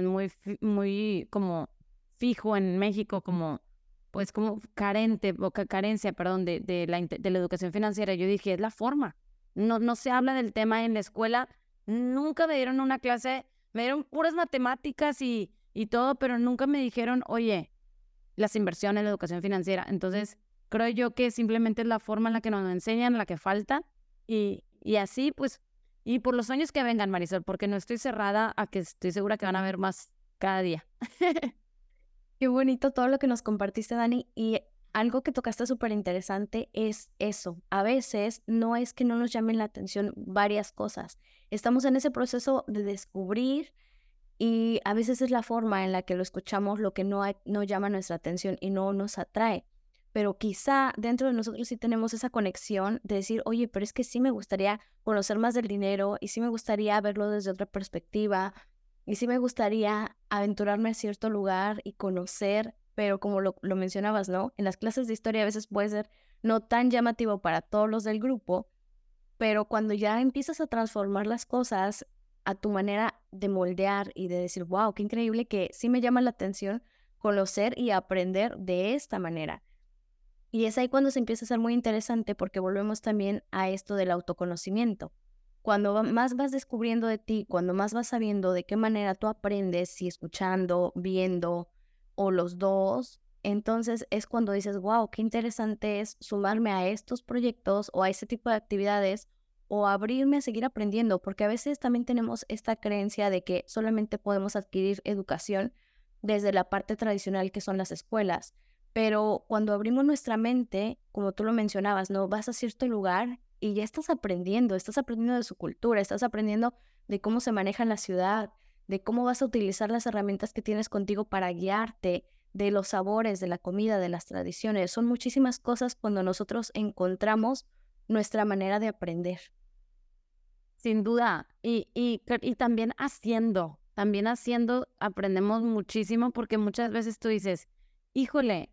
muy como fijo en México, como pues como carencia, perdón, de la educación financiera, yo dije, es la forma. No se habla del tema en la escuela. Nunca me dieron una clase, me dieron puras matemáticas y todo, pero nunca me dijeron, oye, las inversiones, la educación financiera. Entonces creo yo que simplemente es la forma en la que nos enseñan, la que falta. Y así, pues, y por los sueños que vengan, Marisol, porque no estoy cerrada a que estoy segura que van a haber más cada día. Qué bonito todo lo que nos compartiste, Dani. Y algo que tocaste súper interesante es eso. A veces no es que no nos llamen la atención varias cosas. Estamos en ese proceso de descubrir y a veces es la forma en la que lo escuchamos lo que no llama nuestra atención y no nos atrae. Pero quizá dentro de nosotros sí tenemos esa conexión de decir, oye, pero es que sí me gustaría conocer más del dinero y sí me gustaría verlo desde otra perspectiva y sí me gustaría aventurarme a cierto lugar y conocer, pero como lo mencionabas, ¿no? En las clases de historia a veces puede ser no tan llamativo para todos los del grupo, pero cuando ya empiezas a transformar las cosas a tu manera de moldear y de decir, wow, qué increíble que sí me llama la atención conocer y aprender de esta manera. Y es ahí cuando se empieza a ser muy interesante porque volvemos también a esto del autoconocimiento. Cuando más vas descubriendo de ti, cuando más vas sabiendo de qué manera tú aprendes, si escuchando, viendo o los dos, entonces es cuando dices, wow, qué interesante es sumarme a estos proyectos o a ese tipo de actividades o abrirme a seguir aprendiendo, porque a veces también tenemos esta creencia de que solamente podemos adquirir educación desde la parte tradicional que son las escuelas. Pero cuando abrimos nuestra mente, como tú lo mencionabas, ¿no? Vas a cierto lugar y ya estás aprendiendo de su cultura, estás aprendiendo de cómo se maneja en la ciudad, de cómo vas a utilizar las herramientas que tienes contigo para guiarte, de los sabores, de la comida, de las tradiciones. Son muchísimas cosas cuando nosotros encontramos nuestra manera de aprender. Sin duda. Y también haciendo aprendemos muchísimo porque muchas veces tú dices, híjole,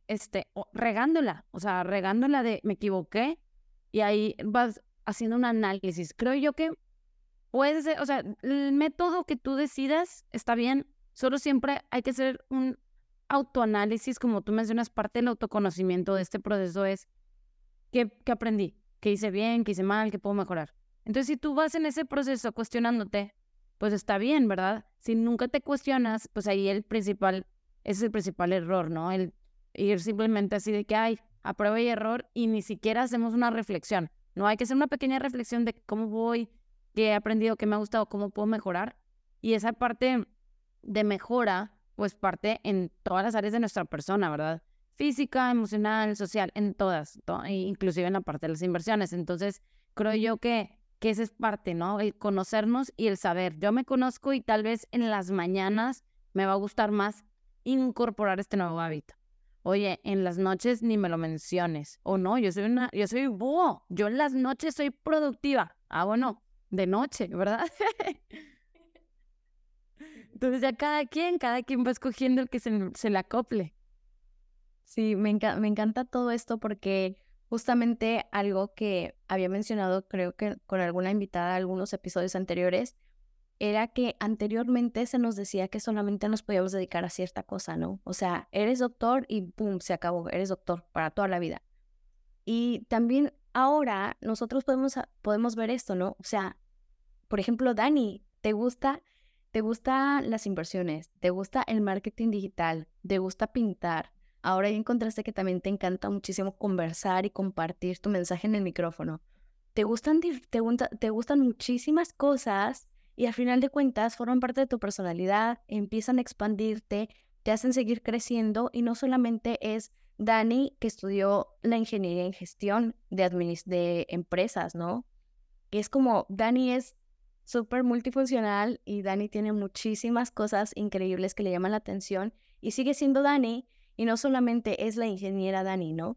regándola de me equivoqué y ahí vas haciendo un análisis. Creo yo que puede ser, o sea, el método que tú decidas está bien, solo siempre hay que hacer un autoanálisis, como tú mencionas, parte del autoconocimiento de este proceso es ¿qué aprendí? ¿Qué hice bien? ¿Qué hice mal? ¿Qué puedo mejorar? Entonces, si tú vas en ese proceso cuestionándote, pues está bien, ¿verdad? Si nunca te cuestionas, pues ahí ese es el principal error, ¿no? El ir simplemente así de que hay a prueba y error y ni siquiera hacemos una reflexión. No, hay que hacer una pequeña reflexión de cómo voy, qué he aprendido, qué me ha gustado, cómo puedo mejorar. Y esa parte de mejora, pues parte en todas las áreas de nuestra persona, ¿verdad? Física, emocional, social, en todas, inclusive en la parte de las inversiones. Entonces, creo yo que que esa es parte, ¿no? El conocernos y el saber. Yo me conozco y tal vez en las mañanas me va a gustar más incorporar este nuevo hábito. Oye, en las noches ni me lo menciones. O no, yo soy búho. Yo en las noches soy productiva. Ah, bueno, de noche, ¿verdad? Entonces ya cada quien va escogiendo el que se le acople. Sí, me encanta todo esto porque justamente algo que había mencionado, creo que con alguna invitada, algunos episodios anteriores, era que anteriormente se nos decía que solamente nos podíamos dedicar a cierta cosa, ¿no? O sea, eres doctor y ¡pum! Se acabó, eres doctor para toda la vida. Y también ahora nosotros podemos ver esto, ¿no? O sea, por ejemplo, Dani, ¿te gusta las inversiones? ¿Te gusta el marketing digital? ¿Te gusta pintar? Ahora ya encontraste que también te encanta muchísimo conversar y compartir tu mensaje en el micrófono. Te gustan muchísimas cosas y al final de cuentas forman parte de tu personalidad, empiezan a expandirte, te hacen seguir creciendo y no solamente es Dani que estudió la ingeniería en gestión de empresas, ¿no? Es como Dani es súper multifuncional y Dani tiene muchísimas cosas increíbles que le llaman la atención y sigue siendo Dani y no solamente es la ingeniera Dani, ¿no?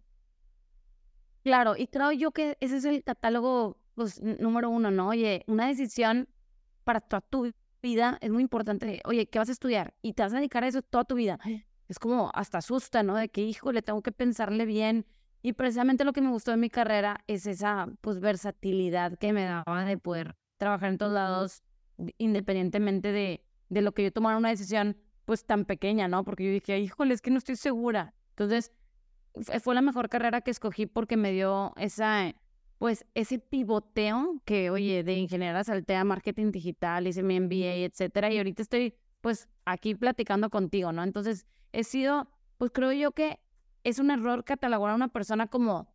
Claro, y creo yo que ese es el catálogo, pues, número uno, ¿no? Oye, una decisión para toda tu vida es muy importante. Oye, ¿qué vas a estudiar? Y te vas a dedicar a eso toda tu vida. Es como hasta asusta, ¿no? De que, híjole, tengo que pensarle bien. Y precisamente lo que me gustó de mi carrera es esa, pues, versatilidad que me daba de poder trabajar en todos lados, independientemente de lo que yo tomara una decisión, pues, tan pequeña, ¿no? Porque yo dije, híjole, es que no estoy segura. Entonces, fue la mejor carrera que escogí porque me dio pues ese pivoteo que, oye, de ingeniera salté a marketing digital, hice mi MBA, etcétera, y ahorita estoy, pues, aquí platicando contigo, ¿no? Entonces, pues creo yo que es un error catalogar a una persona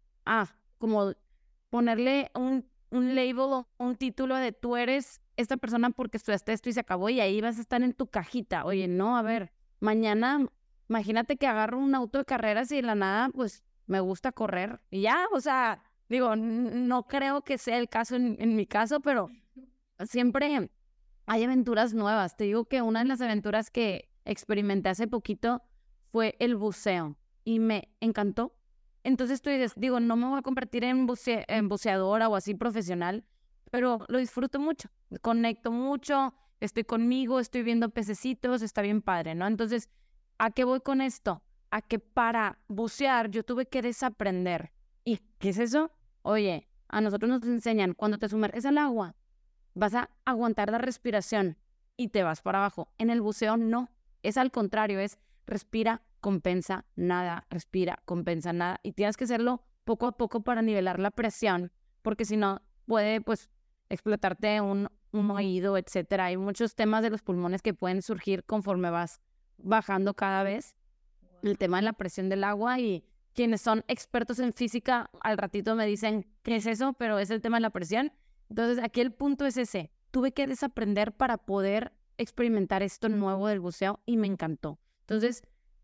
como ponerle un label o un título de tú eres esta persona porque estudiaste esto y se acabó y ahí vas a estar en tu cajita. Oye, no, a ver, mañana imagínate que agarro un auto de carreras y de la nada, pues, me gusta correr. Y ya, o sea, digo, no creo que sea el caso en mi caso, pero siempre hay aventuras nuevas. Te digo que una de las aventuras que experimenté hace poquito fue el buceo y me encantó. Entonces tú dices, digo, no me voy a convertir en buceadora o así profesional, pero lo disfruto mucho, conecto mucho, estoy conmigo, estoy viendo pececitos, está bien padre, ¿no? Entonces, ¿a qué voy con esto? A que para bucear yo tuve que desaprender. ¿Y qué es eso? Oye, a nosotros nos enseñan, cuando te sumerges al agua, vas a aguantar la respiración y te vas para abajo. En el buceo no, es al contrario, es respira, compensa, nada, respira, compensa, nada. Y tienes que hacerlo poco a poco para nivelar la presión, porque si no puede, pues, explotarte un oído, etcétera. Hay muchos temas de los pulmones que pueden surgir conforme vas bajando cada vez. El tema de la presión del agua y quienes son expertos en física al ratito me dicen qué es eso, pero es el tema de la presión. Entonces aquí el punto es ese. Tuve que desaprender para poder experimentar esto nuevo del buceo y me encantó. Entonces,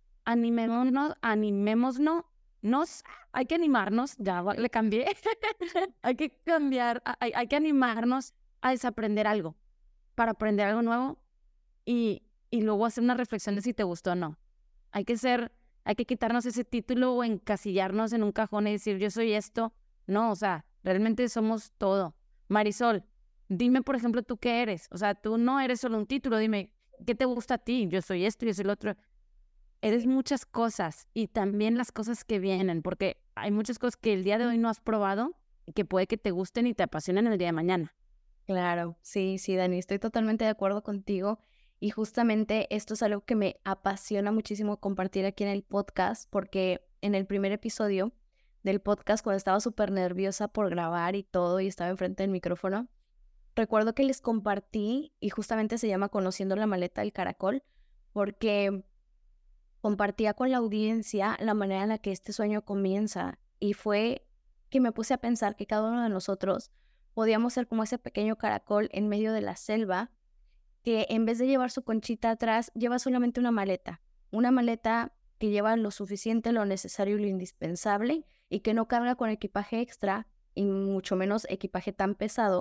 hay que animarnos, ya le cambié, hay que cambiar, hay que animarnos a desaprender algo, para aprender algo nuevo y luego hacer una reflexión de si te gustó o no. Hay que quitarnos ese título o encasillarnos en un cajón y decir yo soy esto. No, o sea, realmente somos todo. Marisol, dime, por ejemplo, ¿tú qué eres? O sea, tú no eres solo un título, dime, ¿qué te gusta a ti? Yo soy esto, yo soy lo otro. Eres muchas cosas y también las cosas que vienen, porque hay muchas cosas que el día de hoy no has probado y que puede que te gusten y te apasionen el día de mañana. Claro, sí, Dani, estoy totalmente de acuerdo contigo y justamente esto es algo que me apasiona muchísimo compartir aquí en el podcast porque en el primer episodio del podcast, cuando estaba súper nerviosa por grabar y todo y estaba enfrente del micrófono, recuerdo que les compartí y justamente se llama Conociendo la maleta del caracol porque compartía con la audiencia la manera en la que este sueño comienza y fue que me puse a pensar que cada uno de nosotros podíamos ser como ese pequeño caracol en medio de la selva que en vez de llevar su conchita atrás, lleva solamente una maleta que lleva lo suficiente, lo necesario y lo indispensable y que no carga con equipaje extra y mucho menos equipaje tan pesado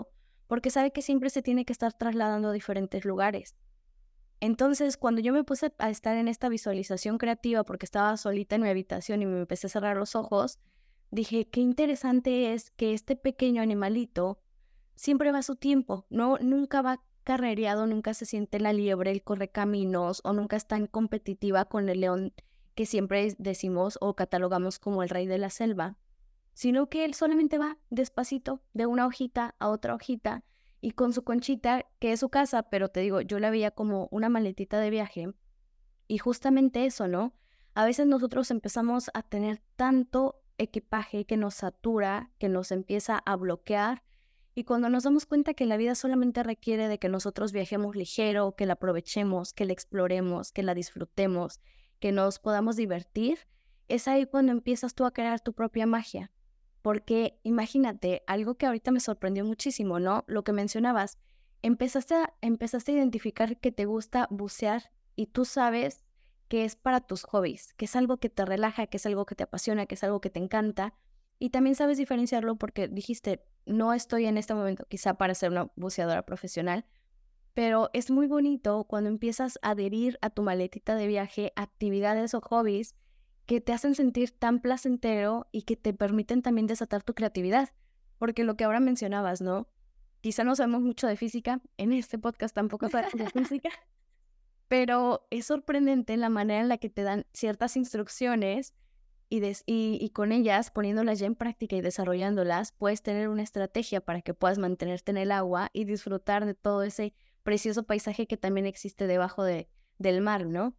porque sabe que siempre se tiene que estar trasladando a diferentes lugares. Entonces, cuando yo me puse a estar en esta visualización creativa, porque estaba solita en mi habitación y me empecé a cerrar los ojos, dije, qué interesante es que este pequeño animalito siempre va a su tiempo, no, nunca va carrereado, nunca se siente la liebre, el correcaminos, o nunca es tan competitiva con el león que siempre decimos o catalogamos como el rey de la selva, sino que él solamente va despacito de una hojita a otra hojita y con su conchita, que es su casa, pero te digo, yo la veía como una maletita de viaje y justamente eso, ¿no? A veces nosotros empezamos a tener tanto equipaje que nos satura, que nos empieza a bloquear y cuando nos damos cuenta que la vida solamente requiere de que nosotros viajemos ligero, que la aprovechemos, que la exploremos, que la disfrutemos, que nos podamos divertir, es ahí cuando empiezas tú a crear tu propia magia. Porque imagínate, algo que ahorita me sorprendió muchísimo, ¿no? Lo que mencionabas, empezaste a identificar que te gusta bucear y tú sabes que es para tus hobbies, que es algo que te relaja, que es algo que te apasiona, que es algo que te encanta. Y también sabes diferenciarlo porque dijiste, no estoy en este momento quizá para ser una buceadora profesional, pero es muy bonito cuando empiezas a adherir a tu maletita de viaje actividades o hobbies que te hacen sentir tan placentero y que te permiten también desatar tu creatividad. Porque lo que ahora mencionabas, ¿no? Quizá no sabemos mucho de física, en este podcast tampoco sabemos de física, pero es sorprendente la manera en la que te dan ciertas instrucciones y con ellas, poniéndolas ya en práctica y desarrollándolas, puedes tener una estrategia para que puedas mantenerte en el agua y disfrutar de todo ese precioso paisaje que también existe debajo del mar, ¿no?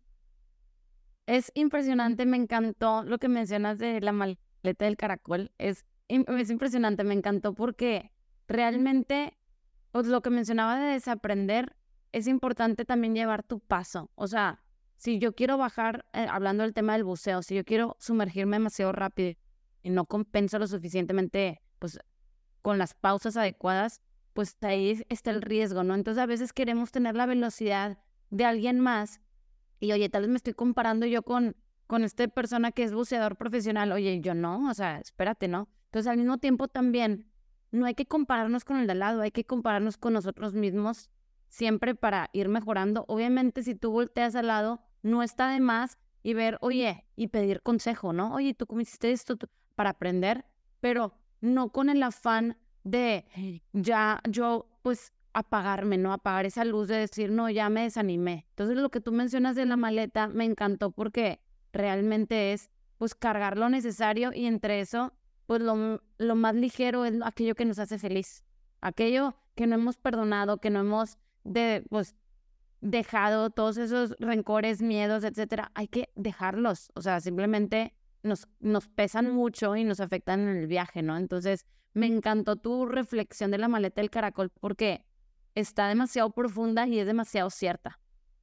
Es impresionante, me encantó lo que mencionas de la maleta del caracol. Es impresionante, me encantó porque realmente, pues lo que mencionaba de desaprender, es importante también llevar tu paso. O sea, si yo quiero bajar, hablando del tema del buceo, si yo quiero sumergirme demasiado rápido y no compenso lo suficientemente, pues con las pausas adecuadas, pues ahí está el riesgo, ¿no? Entonces a veces queremos tener la velocidad de alguien más y oye, tal vez me estoy comparando yo con esta persona que es buceador profesional, oye, yo no, o sea, espérate, ¿no? Entonces al mismo tiempo también no hay que compararnos con el de al lado, hay que compararnos con nosotros mismos siempre para ir mejorando. Obviamente si tú volteas al lado, no está de más y ver, oye, y pedir consejo, ¿no? Oye, ¿tú cómo hiciste esto? Para aprender, pero no con el afán de ya yo pues apagarme, ¿no? Apagar esa luz de decir, no, ya me desanimé. Entonces lo que tú mencionas de la maleta me encantó porque realmente es pues cargar lo necesario y entre eso pues lo más ligero es aquello que nos hace feliz. Aquello que no hemos perdonado, que no hemos pues dejado, todos esos rencores, miedos, etcétera, hay que dejarlos. O sea, simplemente nos pesan mucho y nos afectan en el viaje, ¿no? Entonces, me encantó tu reflexión de la maleta del caracol porque está demasiado profunda y es demasiado cierta.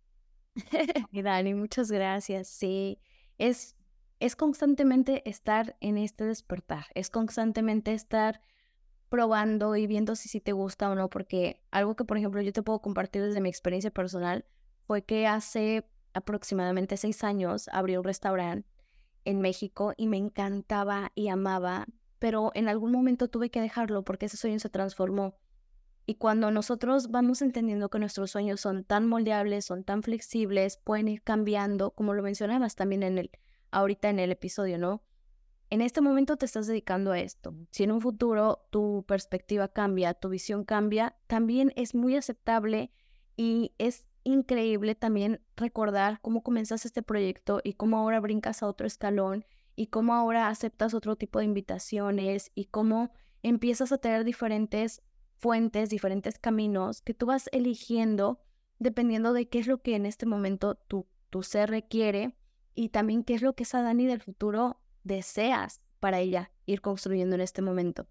Y Dani, muchas gracias. Sí, es constantemente estar en este despertar, es constantemente estar probando y viendo si te gusta o no, porque algo que, por ejemplo, yo te puedo compartir desde mi experiencia personal fue que hace aproximadamente 6 años abrí un restaurante en México y me encantaba y amaba, pero en algún momento tuve que dejarlo porque ese sueño se transformó. Y cuando nosotros vamos entendiendo que nuestros sueños son tan moldeables, son tan flexibles, pueden ir cambiando, como lo mencionabas también ahorita en el episodio, ¿no? En este momento te estás dedicando a esto. Si en un futuro tu perspectiva cambia, tu visión cambia, también es muy aceptable y es increíble también recordar cómo comenzaste este proyecto y cómo ahora brincas a otro escalón y cómo ahora aceptas otro tipo de invitaciones y cómo empiezas a tener diferentes fuentes, diferentes caminos que tú vas eligiendo dependiendo de qué es lo que en este momento tu ser requiere y también qué es lo que esa Dani del futuro deseas para ella ir construyendo en este momento.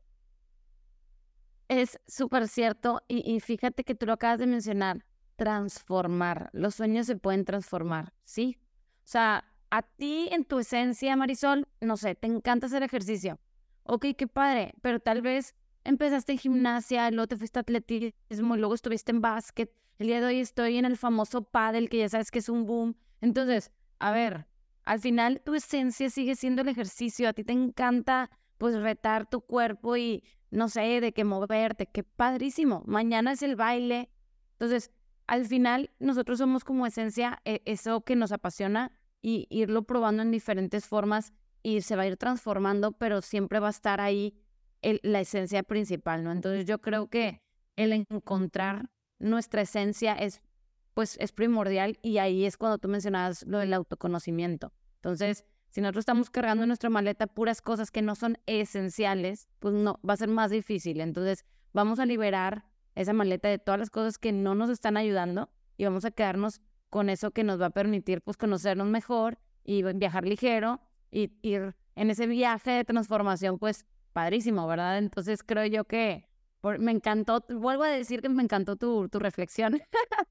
Es súper cierto y fíjate que tú lo acabas de mencionar, transformar. Los sueños se pueden transformar, ¿sí? O sea, a ti en tu esencia, Marisol, no sé, te encanta hacer ejercicio. Ok, qué padre, pero tal vez empezaste en gimnasia, luego te fuiste a atletismo, y luego estuviste en básquet. El día de hoy estoy en el famoso pádel, que ya sabes que es un boom. Entonces, a ver, al final tu esencia sigue siendo el ejercicio. A ti te encanta pues retar tu cuerpo y no sé, de qué moverte, qué padrísimo. Mañana es el baile. Entonces, al final, nosotros somos como esencia eso que nos apasiona y irlo probando en diferentes formas y se va a ir transformando, pero siempre va a estar ahí la esencia principal, ¿no? Entonces, yo creo que el encontrar nuestra esencia pues, es primordial y ahí es cuando tú mencionabas lo del autoconocimiento. Entonces, si nosotros estamos cargando en nuestra maleta puras cosas que no son esenciales, pues no, va a ser más difícil. Entonces, vamos a liberar esa maleta de todas las cosas que no nos están ayudando y vamos a quedarnos con eso que nos va a permitir, pues, conocernos mejor y viajar ligero y ir en ese viaje de transformación, pues, padrísimo, ¿verdad? Entonces, creo yo que me encantó, vuelvo a decir que me encantó tu reflexión.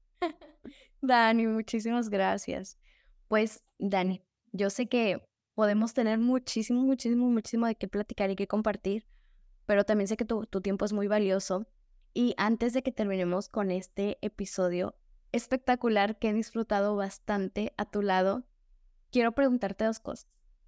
Dani, muchísimas gracias. Pues, Dani, yo sé que podemos tener muchísimo, muchísimo, muchísimo de qué platicar y qué compartir, pero también sé que tu tiempo es muy valioso. Y antes de que terminemos con este episodio espectacular que he disfrutado bastante a tu lado, quiero preguntarte dos cosas.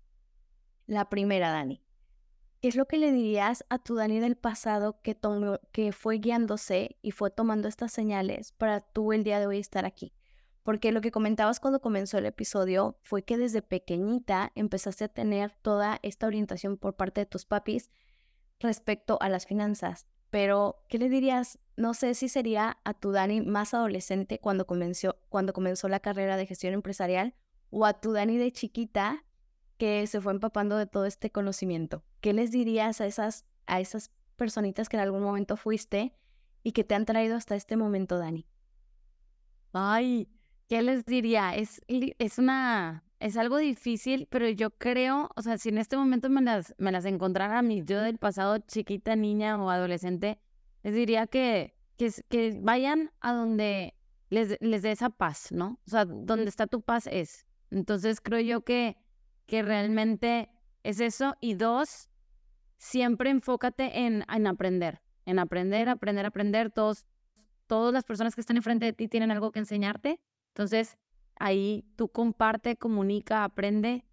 La primera, Dani, ¿qué es lo que le dirías a tu Dani del pasado que fue guiándose y fue tomando estas señales para tú el día de hoy estar aquí? Porque lo que comentabas cuando comenzó el episodio fue que desde pequeñita empezaste a tener toda esta orientación por parte de tus papis respecto a las finanzas. Pero, ¿qué le dirías? No sé si sería a tu Dani más adolescente cuando comenzó la carrera de gestión empresarial o a tu Dani de chiquita que se fue empapando de todo este conocimiento. ¿Qué les dirías a esas personitas que en algún momento fuiste y que te han traído hasta este momento, Dani? Ay, ¿qué les diría? Es algo difícil, pero yo creo, o sea, si en este momento me las encontrara a mí, yo del pasado, chiquita, niña o adolescente, les diría que vayan a donde les dé esa paz, ¿no? O sea, donde está tu paz es. Entonces creo yo que realmente es eso. Y dos, siempre enfócate en aprender, aprender. Todas las personas que están enfrente de ti tienen algo que enseñarte. Entonces, ahí tú comparte, comunica, aprende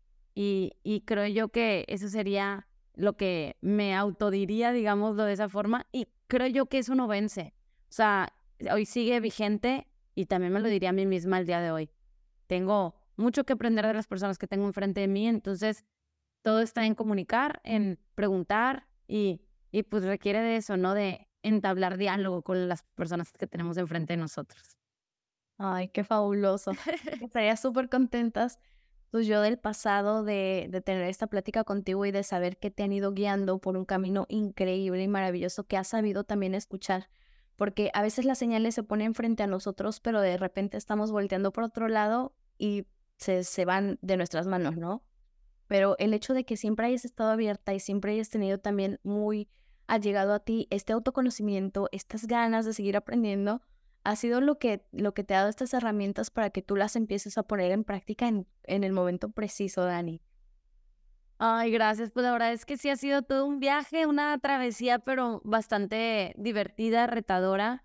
y creo yo que eso sería lo que me autodiría, digámoslo de esa forma, y creo yo que eso no vence. O sea, hoy sigue vigente y también me lo diría a mí misma el día de hoy. Tengo mucho que aprender de las personas que tengo enfrente de mí, entonces todo está en comunicar, en preguntar y pues requiere de eso, ¿no? De entablar diálogo con las personas que tenemos enfrente de nosotros. Ay, qué fabuloso. Estaría súper contentas, pues yo del pasado, de tener esta plática contigo y de saber que te han ido guiando por un camino increíble y maravilloso que has sabido también escuchar. Porque a veces las señales se ponen frente a nosotros, pero de repente estamos volteando por otro lado y se van de nuestras manos, ¿no? Pero el hecho de que siempre hayas estado abierta y siempre hayas tenido también muy allegado a ti este autoconocimiento, estas ganas de seguir aprendiendo, ha sido lo que te ha dado estas herramientas para que tú las empieces a poner en práctica en el momento preciso, Dani. Ay, gracias. Pues la verdad es que sí ha sido todo un viaje, una travesía, pero bastante divertida, retadora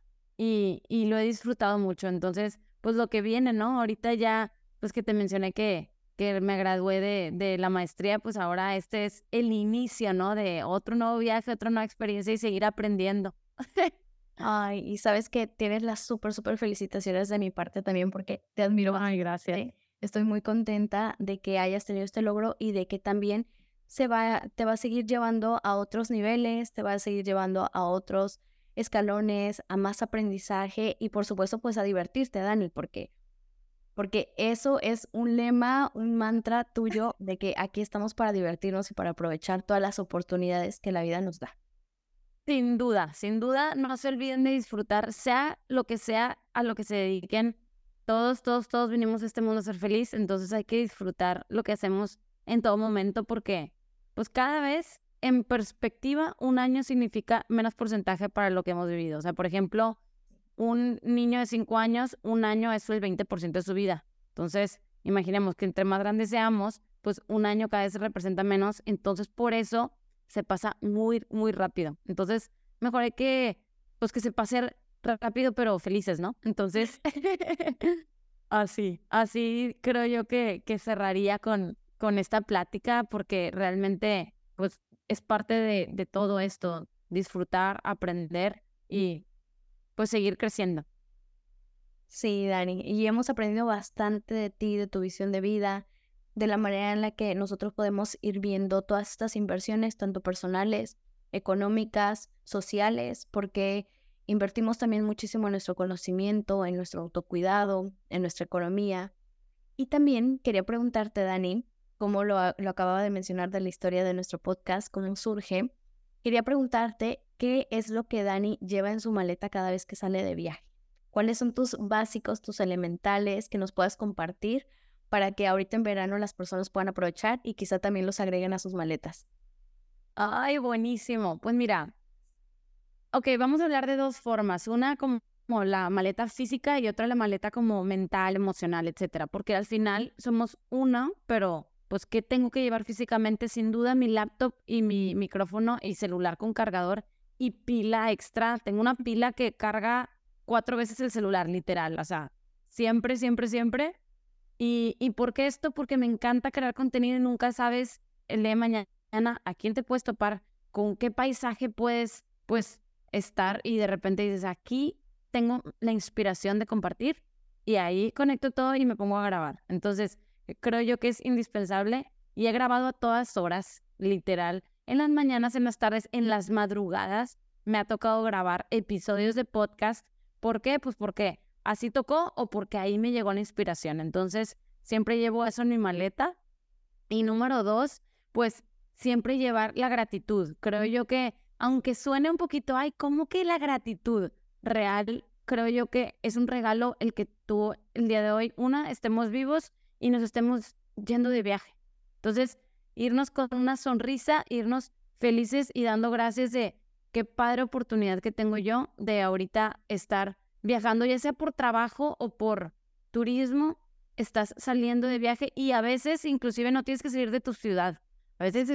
y lo he disfrutado mucho. Entonces, pues lo que viene, ¿no? Ahorita ya, pues que te mencioné que me gradué de la maestría, pues ahora este es el inicio, ¿no? De otro nuevo viaje, otra nueva experiencia y seguir aprendiendo. Ay, y sabes que tienes las súper, súper felicitaciones de mi parte también porque te admiro Ay, bastante. gracias. Estoy muy contenta de que hayas tenido este logro y de que también te va a seguir llevando a otros niveles, te va a seguir llevando a otros escalones, a más aprendizaje y por supuesto pues a divertirte, Dani, porque eso es un lema, un mantra tuyo de que aquí estamos para divertirnos y para aprovechar todas las oportunidades que la vida nos da. Sin duda, no se olviden de disfrutar, sea lo que sea a lo que se dediquen. Todos vinimos a este mundo a ser feliz, entonces hay que disfrutar lo que hacemos en todo momento porque, pues cada vez, en perspectiva, un año significa menos porcentaje para lo que hemos vivido. O sea, por ejemplo, un niño de 5 años, un año es el 20% de su vida. Entonces, imaginemos que entre más grandes seamos, pues un año cada vez representa menos. Entonces, por eso se pasa muy, muy rápido. Entonces, mejor hay que se pase rápido, pero felices, ¿no? Entonces, así creo yo que cerraría con esta plática, porque realmente, pues, es parte de todo esto, disfrutar, aprender y pues seguir creciendo. Sí, Dani, y hemos aprendido bastante de ti, de tu visión de vida, de la manera en la que nosotros podemos ir viendo todas estas inversiones, tanto personales, económicas, sociales, porque invertimos también muchísimo en nuestro conocimiento, en nuestro autocuidado, en nuestra economía. Y también quería preguntarte, Dani, como lo acababa de mencionar de la historia de nuestro podcast, cómo surge, quería preguntarte qué es lo que Dani lleva en su maleta cada vez que sale de viaje. ¿Cuáles son tus básicos, tus elementales que nos puedas compartir para que ahorita en verano las personas puedan aprovechar y quizá también los agreguen a sus maletas? Ay, buenísimo. Pues mira, ok, vamos a hablar de dos formas. Una como la maleta física y otra la maleta como mental, emocional, etcétera. Porque al final somos una, pero pues ¿qué tengo que llevar físicamente? Sin duda mi laptop y mi micrófono y celular con cargador y pila extra. Tengo una pila que carga 4 veces el celular, literal. O sea, siempre, siempre, siempre. ¿Y por qué esto? Porque me encanta crear contenido y nunca sabes el día de mañana a quién te puedes topar, con qué paisaje puedes, pues, estar y de repente dices, aquí tengo la inspiración de compartir y ahí conecto todo y me pongo a grabar. Entonces, creo yo que es indispensable y he grabado a todas horas, literal, en las mañanas, en las tardes, en las madrugadas. Me ha tocado grabar episodios de podcast. ¿Por qué? Pues porque así tocó o porque ahí me llegó la inspiración. Entonces, siempre llevo eso en mi maleta. Y número 2, pues siempre llevar la gratitud. Creo yo que, aunque suene un poquito, ay, ¿cómo que la gratitud real? Creo yo que es un regalo el que tú el día de hoy, estemos vivos y nos estemos yendo de viaje. Entonces, irnos con una sonrisa, irnos felices y dando gracias de qué padre oportunidad que tengo yo de ahorita estar viajando, ya sea por trabajo o por turismo. Estás saliendo de viaje y a veces inclusive no tienes que salir de tu ciudad. A veces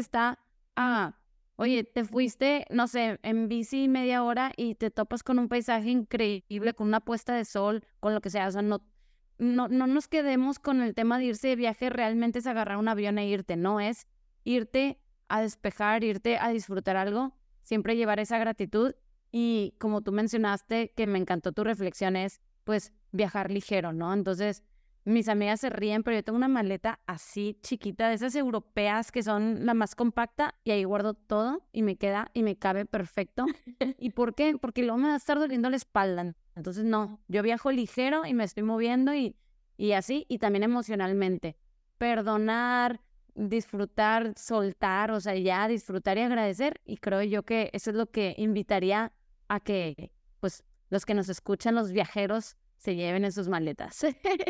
oye, te fuiste, no sé, en bici media hora y te topas con un paisaje increíble, con una puesta de sol, con lo que sea. O sea, no nos quedemos con el tema de irse de viaje, realmente es agarrar un avión e irte. No es irte a despejar, irte a disfrutar algo, siempre llevar esa gratitud. Y como tú mencionaste, que me encantó tu reflexión, es pues viajar ligero, ¿no? Entonces, mis amigas se ríen, pero yo tengo una maleta así chiquita, de esas europeas que son la más compacta, y ahí guardo todo y me queda y me cabe perfecto. ¿Y por qué? Porque luego me va a estar doliendo la espalda. Entonces, no, yo viajo ligero y me estoy moviendo y así, y también emocionalmente. Perdonar, disfrutar, soltar, o sea, ya disfrutar y agradecer. Y creo yo que eso es lo que invitaría a que, pues, los que nos escuchan, los viajeros, se lleven en sus maletas.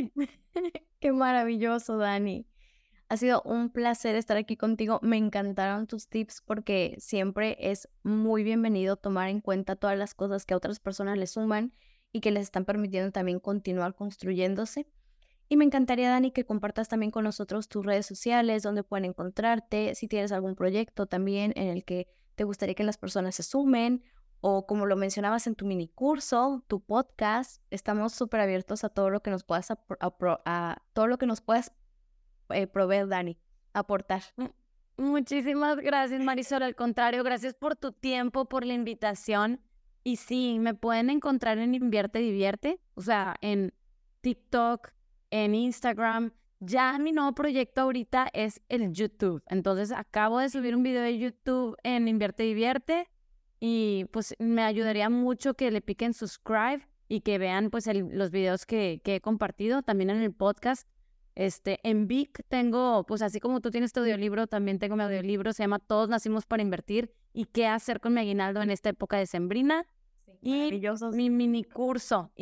Qué maravilloso, Dani. Ha sido un placer estar aquí contigo. Me encantaron tus tips porque siempre es muy bienvenido tomar en cuenta todas las cosas que a otras personas les suman y que les están permitiendo también continuar construyéndose. Y me encantaría, Dani, que compartas también con nosotros tus redes sociales, donde pueden encontrarte, si tienes algún proyecto también en el que te gustaría que las personas se sumen, o como lo mencionabas en tu mini curso, tu podcast. Estamos súper abiertos a todo lo que nos puedas todo lo que nos puedas proveer, Dani, aportar. Muchísimas gracias, Marisol. Al contrario, gracias por tu tiempo, por la invitación. Y sí, me pueden encontrar en Invierte Divierte, o sea, en TikTok, en Instagram. Ya mi nuevo proyecto ahorita es el YouTube. Entonces, acabo de subir un video de YouTube en Invierte Divierte y pues me ayudaría mucho que le piquen subscribe y que vean pues los videos que he compartido también en el podcast. En Vic tengo, pues así como tú tienes tu audiolibro, también tengo mi audiolibro, se llama Todos nacimos para invertir y qué hacer con mi aguinaldo en esta época decembrina. Sí, y mi mini curso,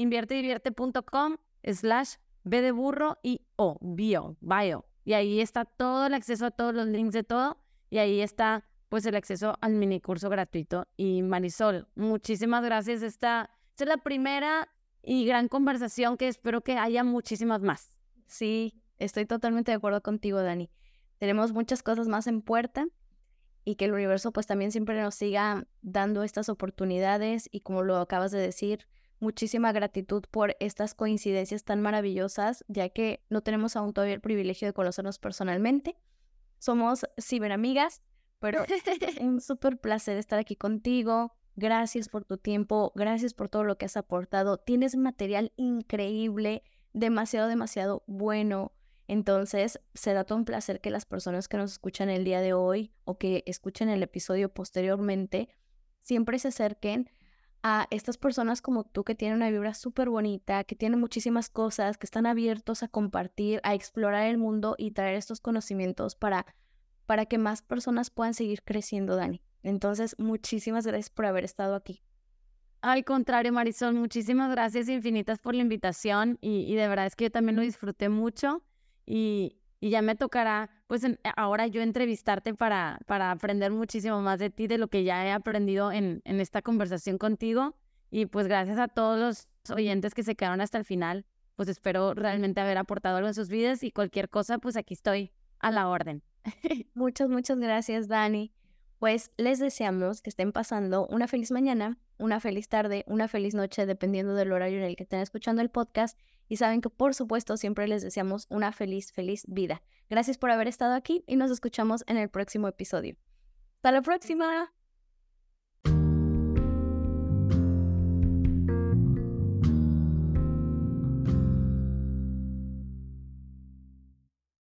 inviertedivierte.com/B de burro y bio. Y ahí está todo el acceso a todos los links de todo y ahí está pues el acceso al mini curso gratuito. Y Marisol, muchísimas gracias. Esta es la primera y gran conversación que espero que haya muchísimas más. Sí, estoy totalmente de acuerdo contigo, Dani. Tenemos muchas cosas más en puerta y que el universo pues también siempre nos siga dando estas oportunidades y como lo acabas de decir, muchísima gratitud por estas coincidencias tan maravillosas, ya que no tenemos aún todavía el privilegio de conocernos personalmente. Somos ciberamigas, pero un súper placer estar aquí contigo. Gracias por tu tiempo, gracias por todo lo que has aportado. Tienes material increíble, demasiado, demasiado bueno. Entonces, será todo un placer que las personas que nos escuchan el día de hoy o que escuchen el episodio posteriormente, siempre se acerquen a estas personas como tú que tienen una vibra súper bonita, que tienen muchísimas cosas, que están abiertos a compartir, a explorar el mundo y traer estos conocimientos para que más personas puedan seguir creciendo, Dani. Entonces, muchísimas gracias por haber estado aquí. Al contrario, Marisol, muchísimas gracias infinitas por la invitación y de verdad es que yo también lo disfruté mucho y ya me tocará, pues ahora yo entrevistarte para aprender muchísimo más de ti, de lo que ya he aprendido en esta conversación contigo y pues gracias a todos los oyentes que se quedaron hasta el final, pues espero realmente haber aportado algo en sus vidas y cualquier cosa, pues aquí estoy a la orden. Muchas, muchas gracias, Dani. Pues les deseamos que estén pasando una feliz mañana, una feliz tarde, una feliz noche, dependiendo del horario en el que estén escuchando el podcast. Y saben que, por supuesto, siempre les deseamos una feliz, feliz vida. Gracias por haber estado aquí y nos escuchamos en el próximo episodio. ¡Hasta la próxima!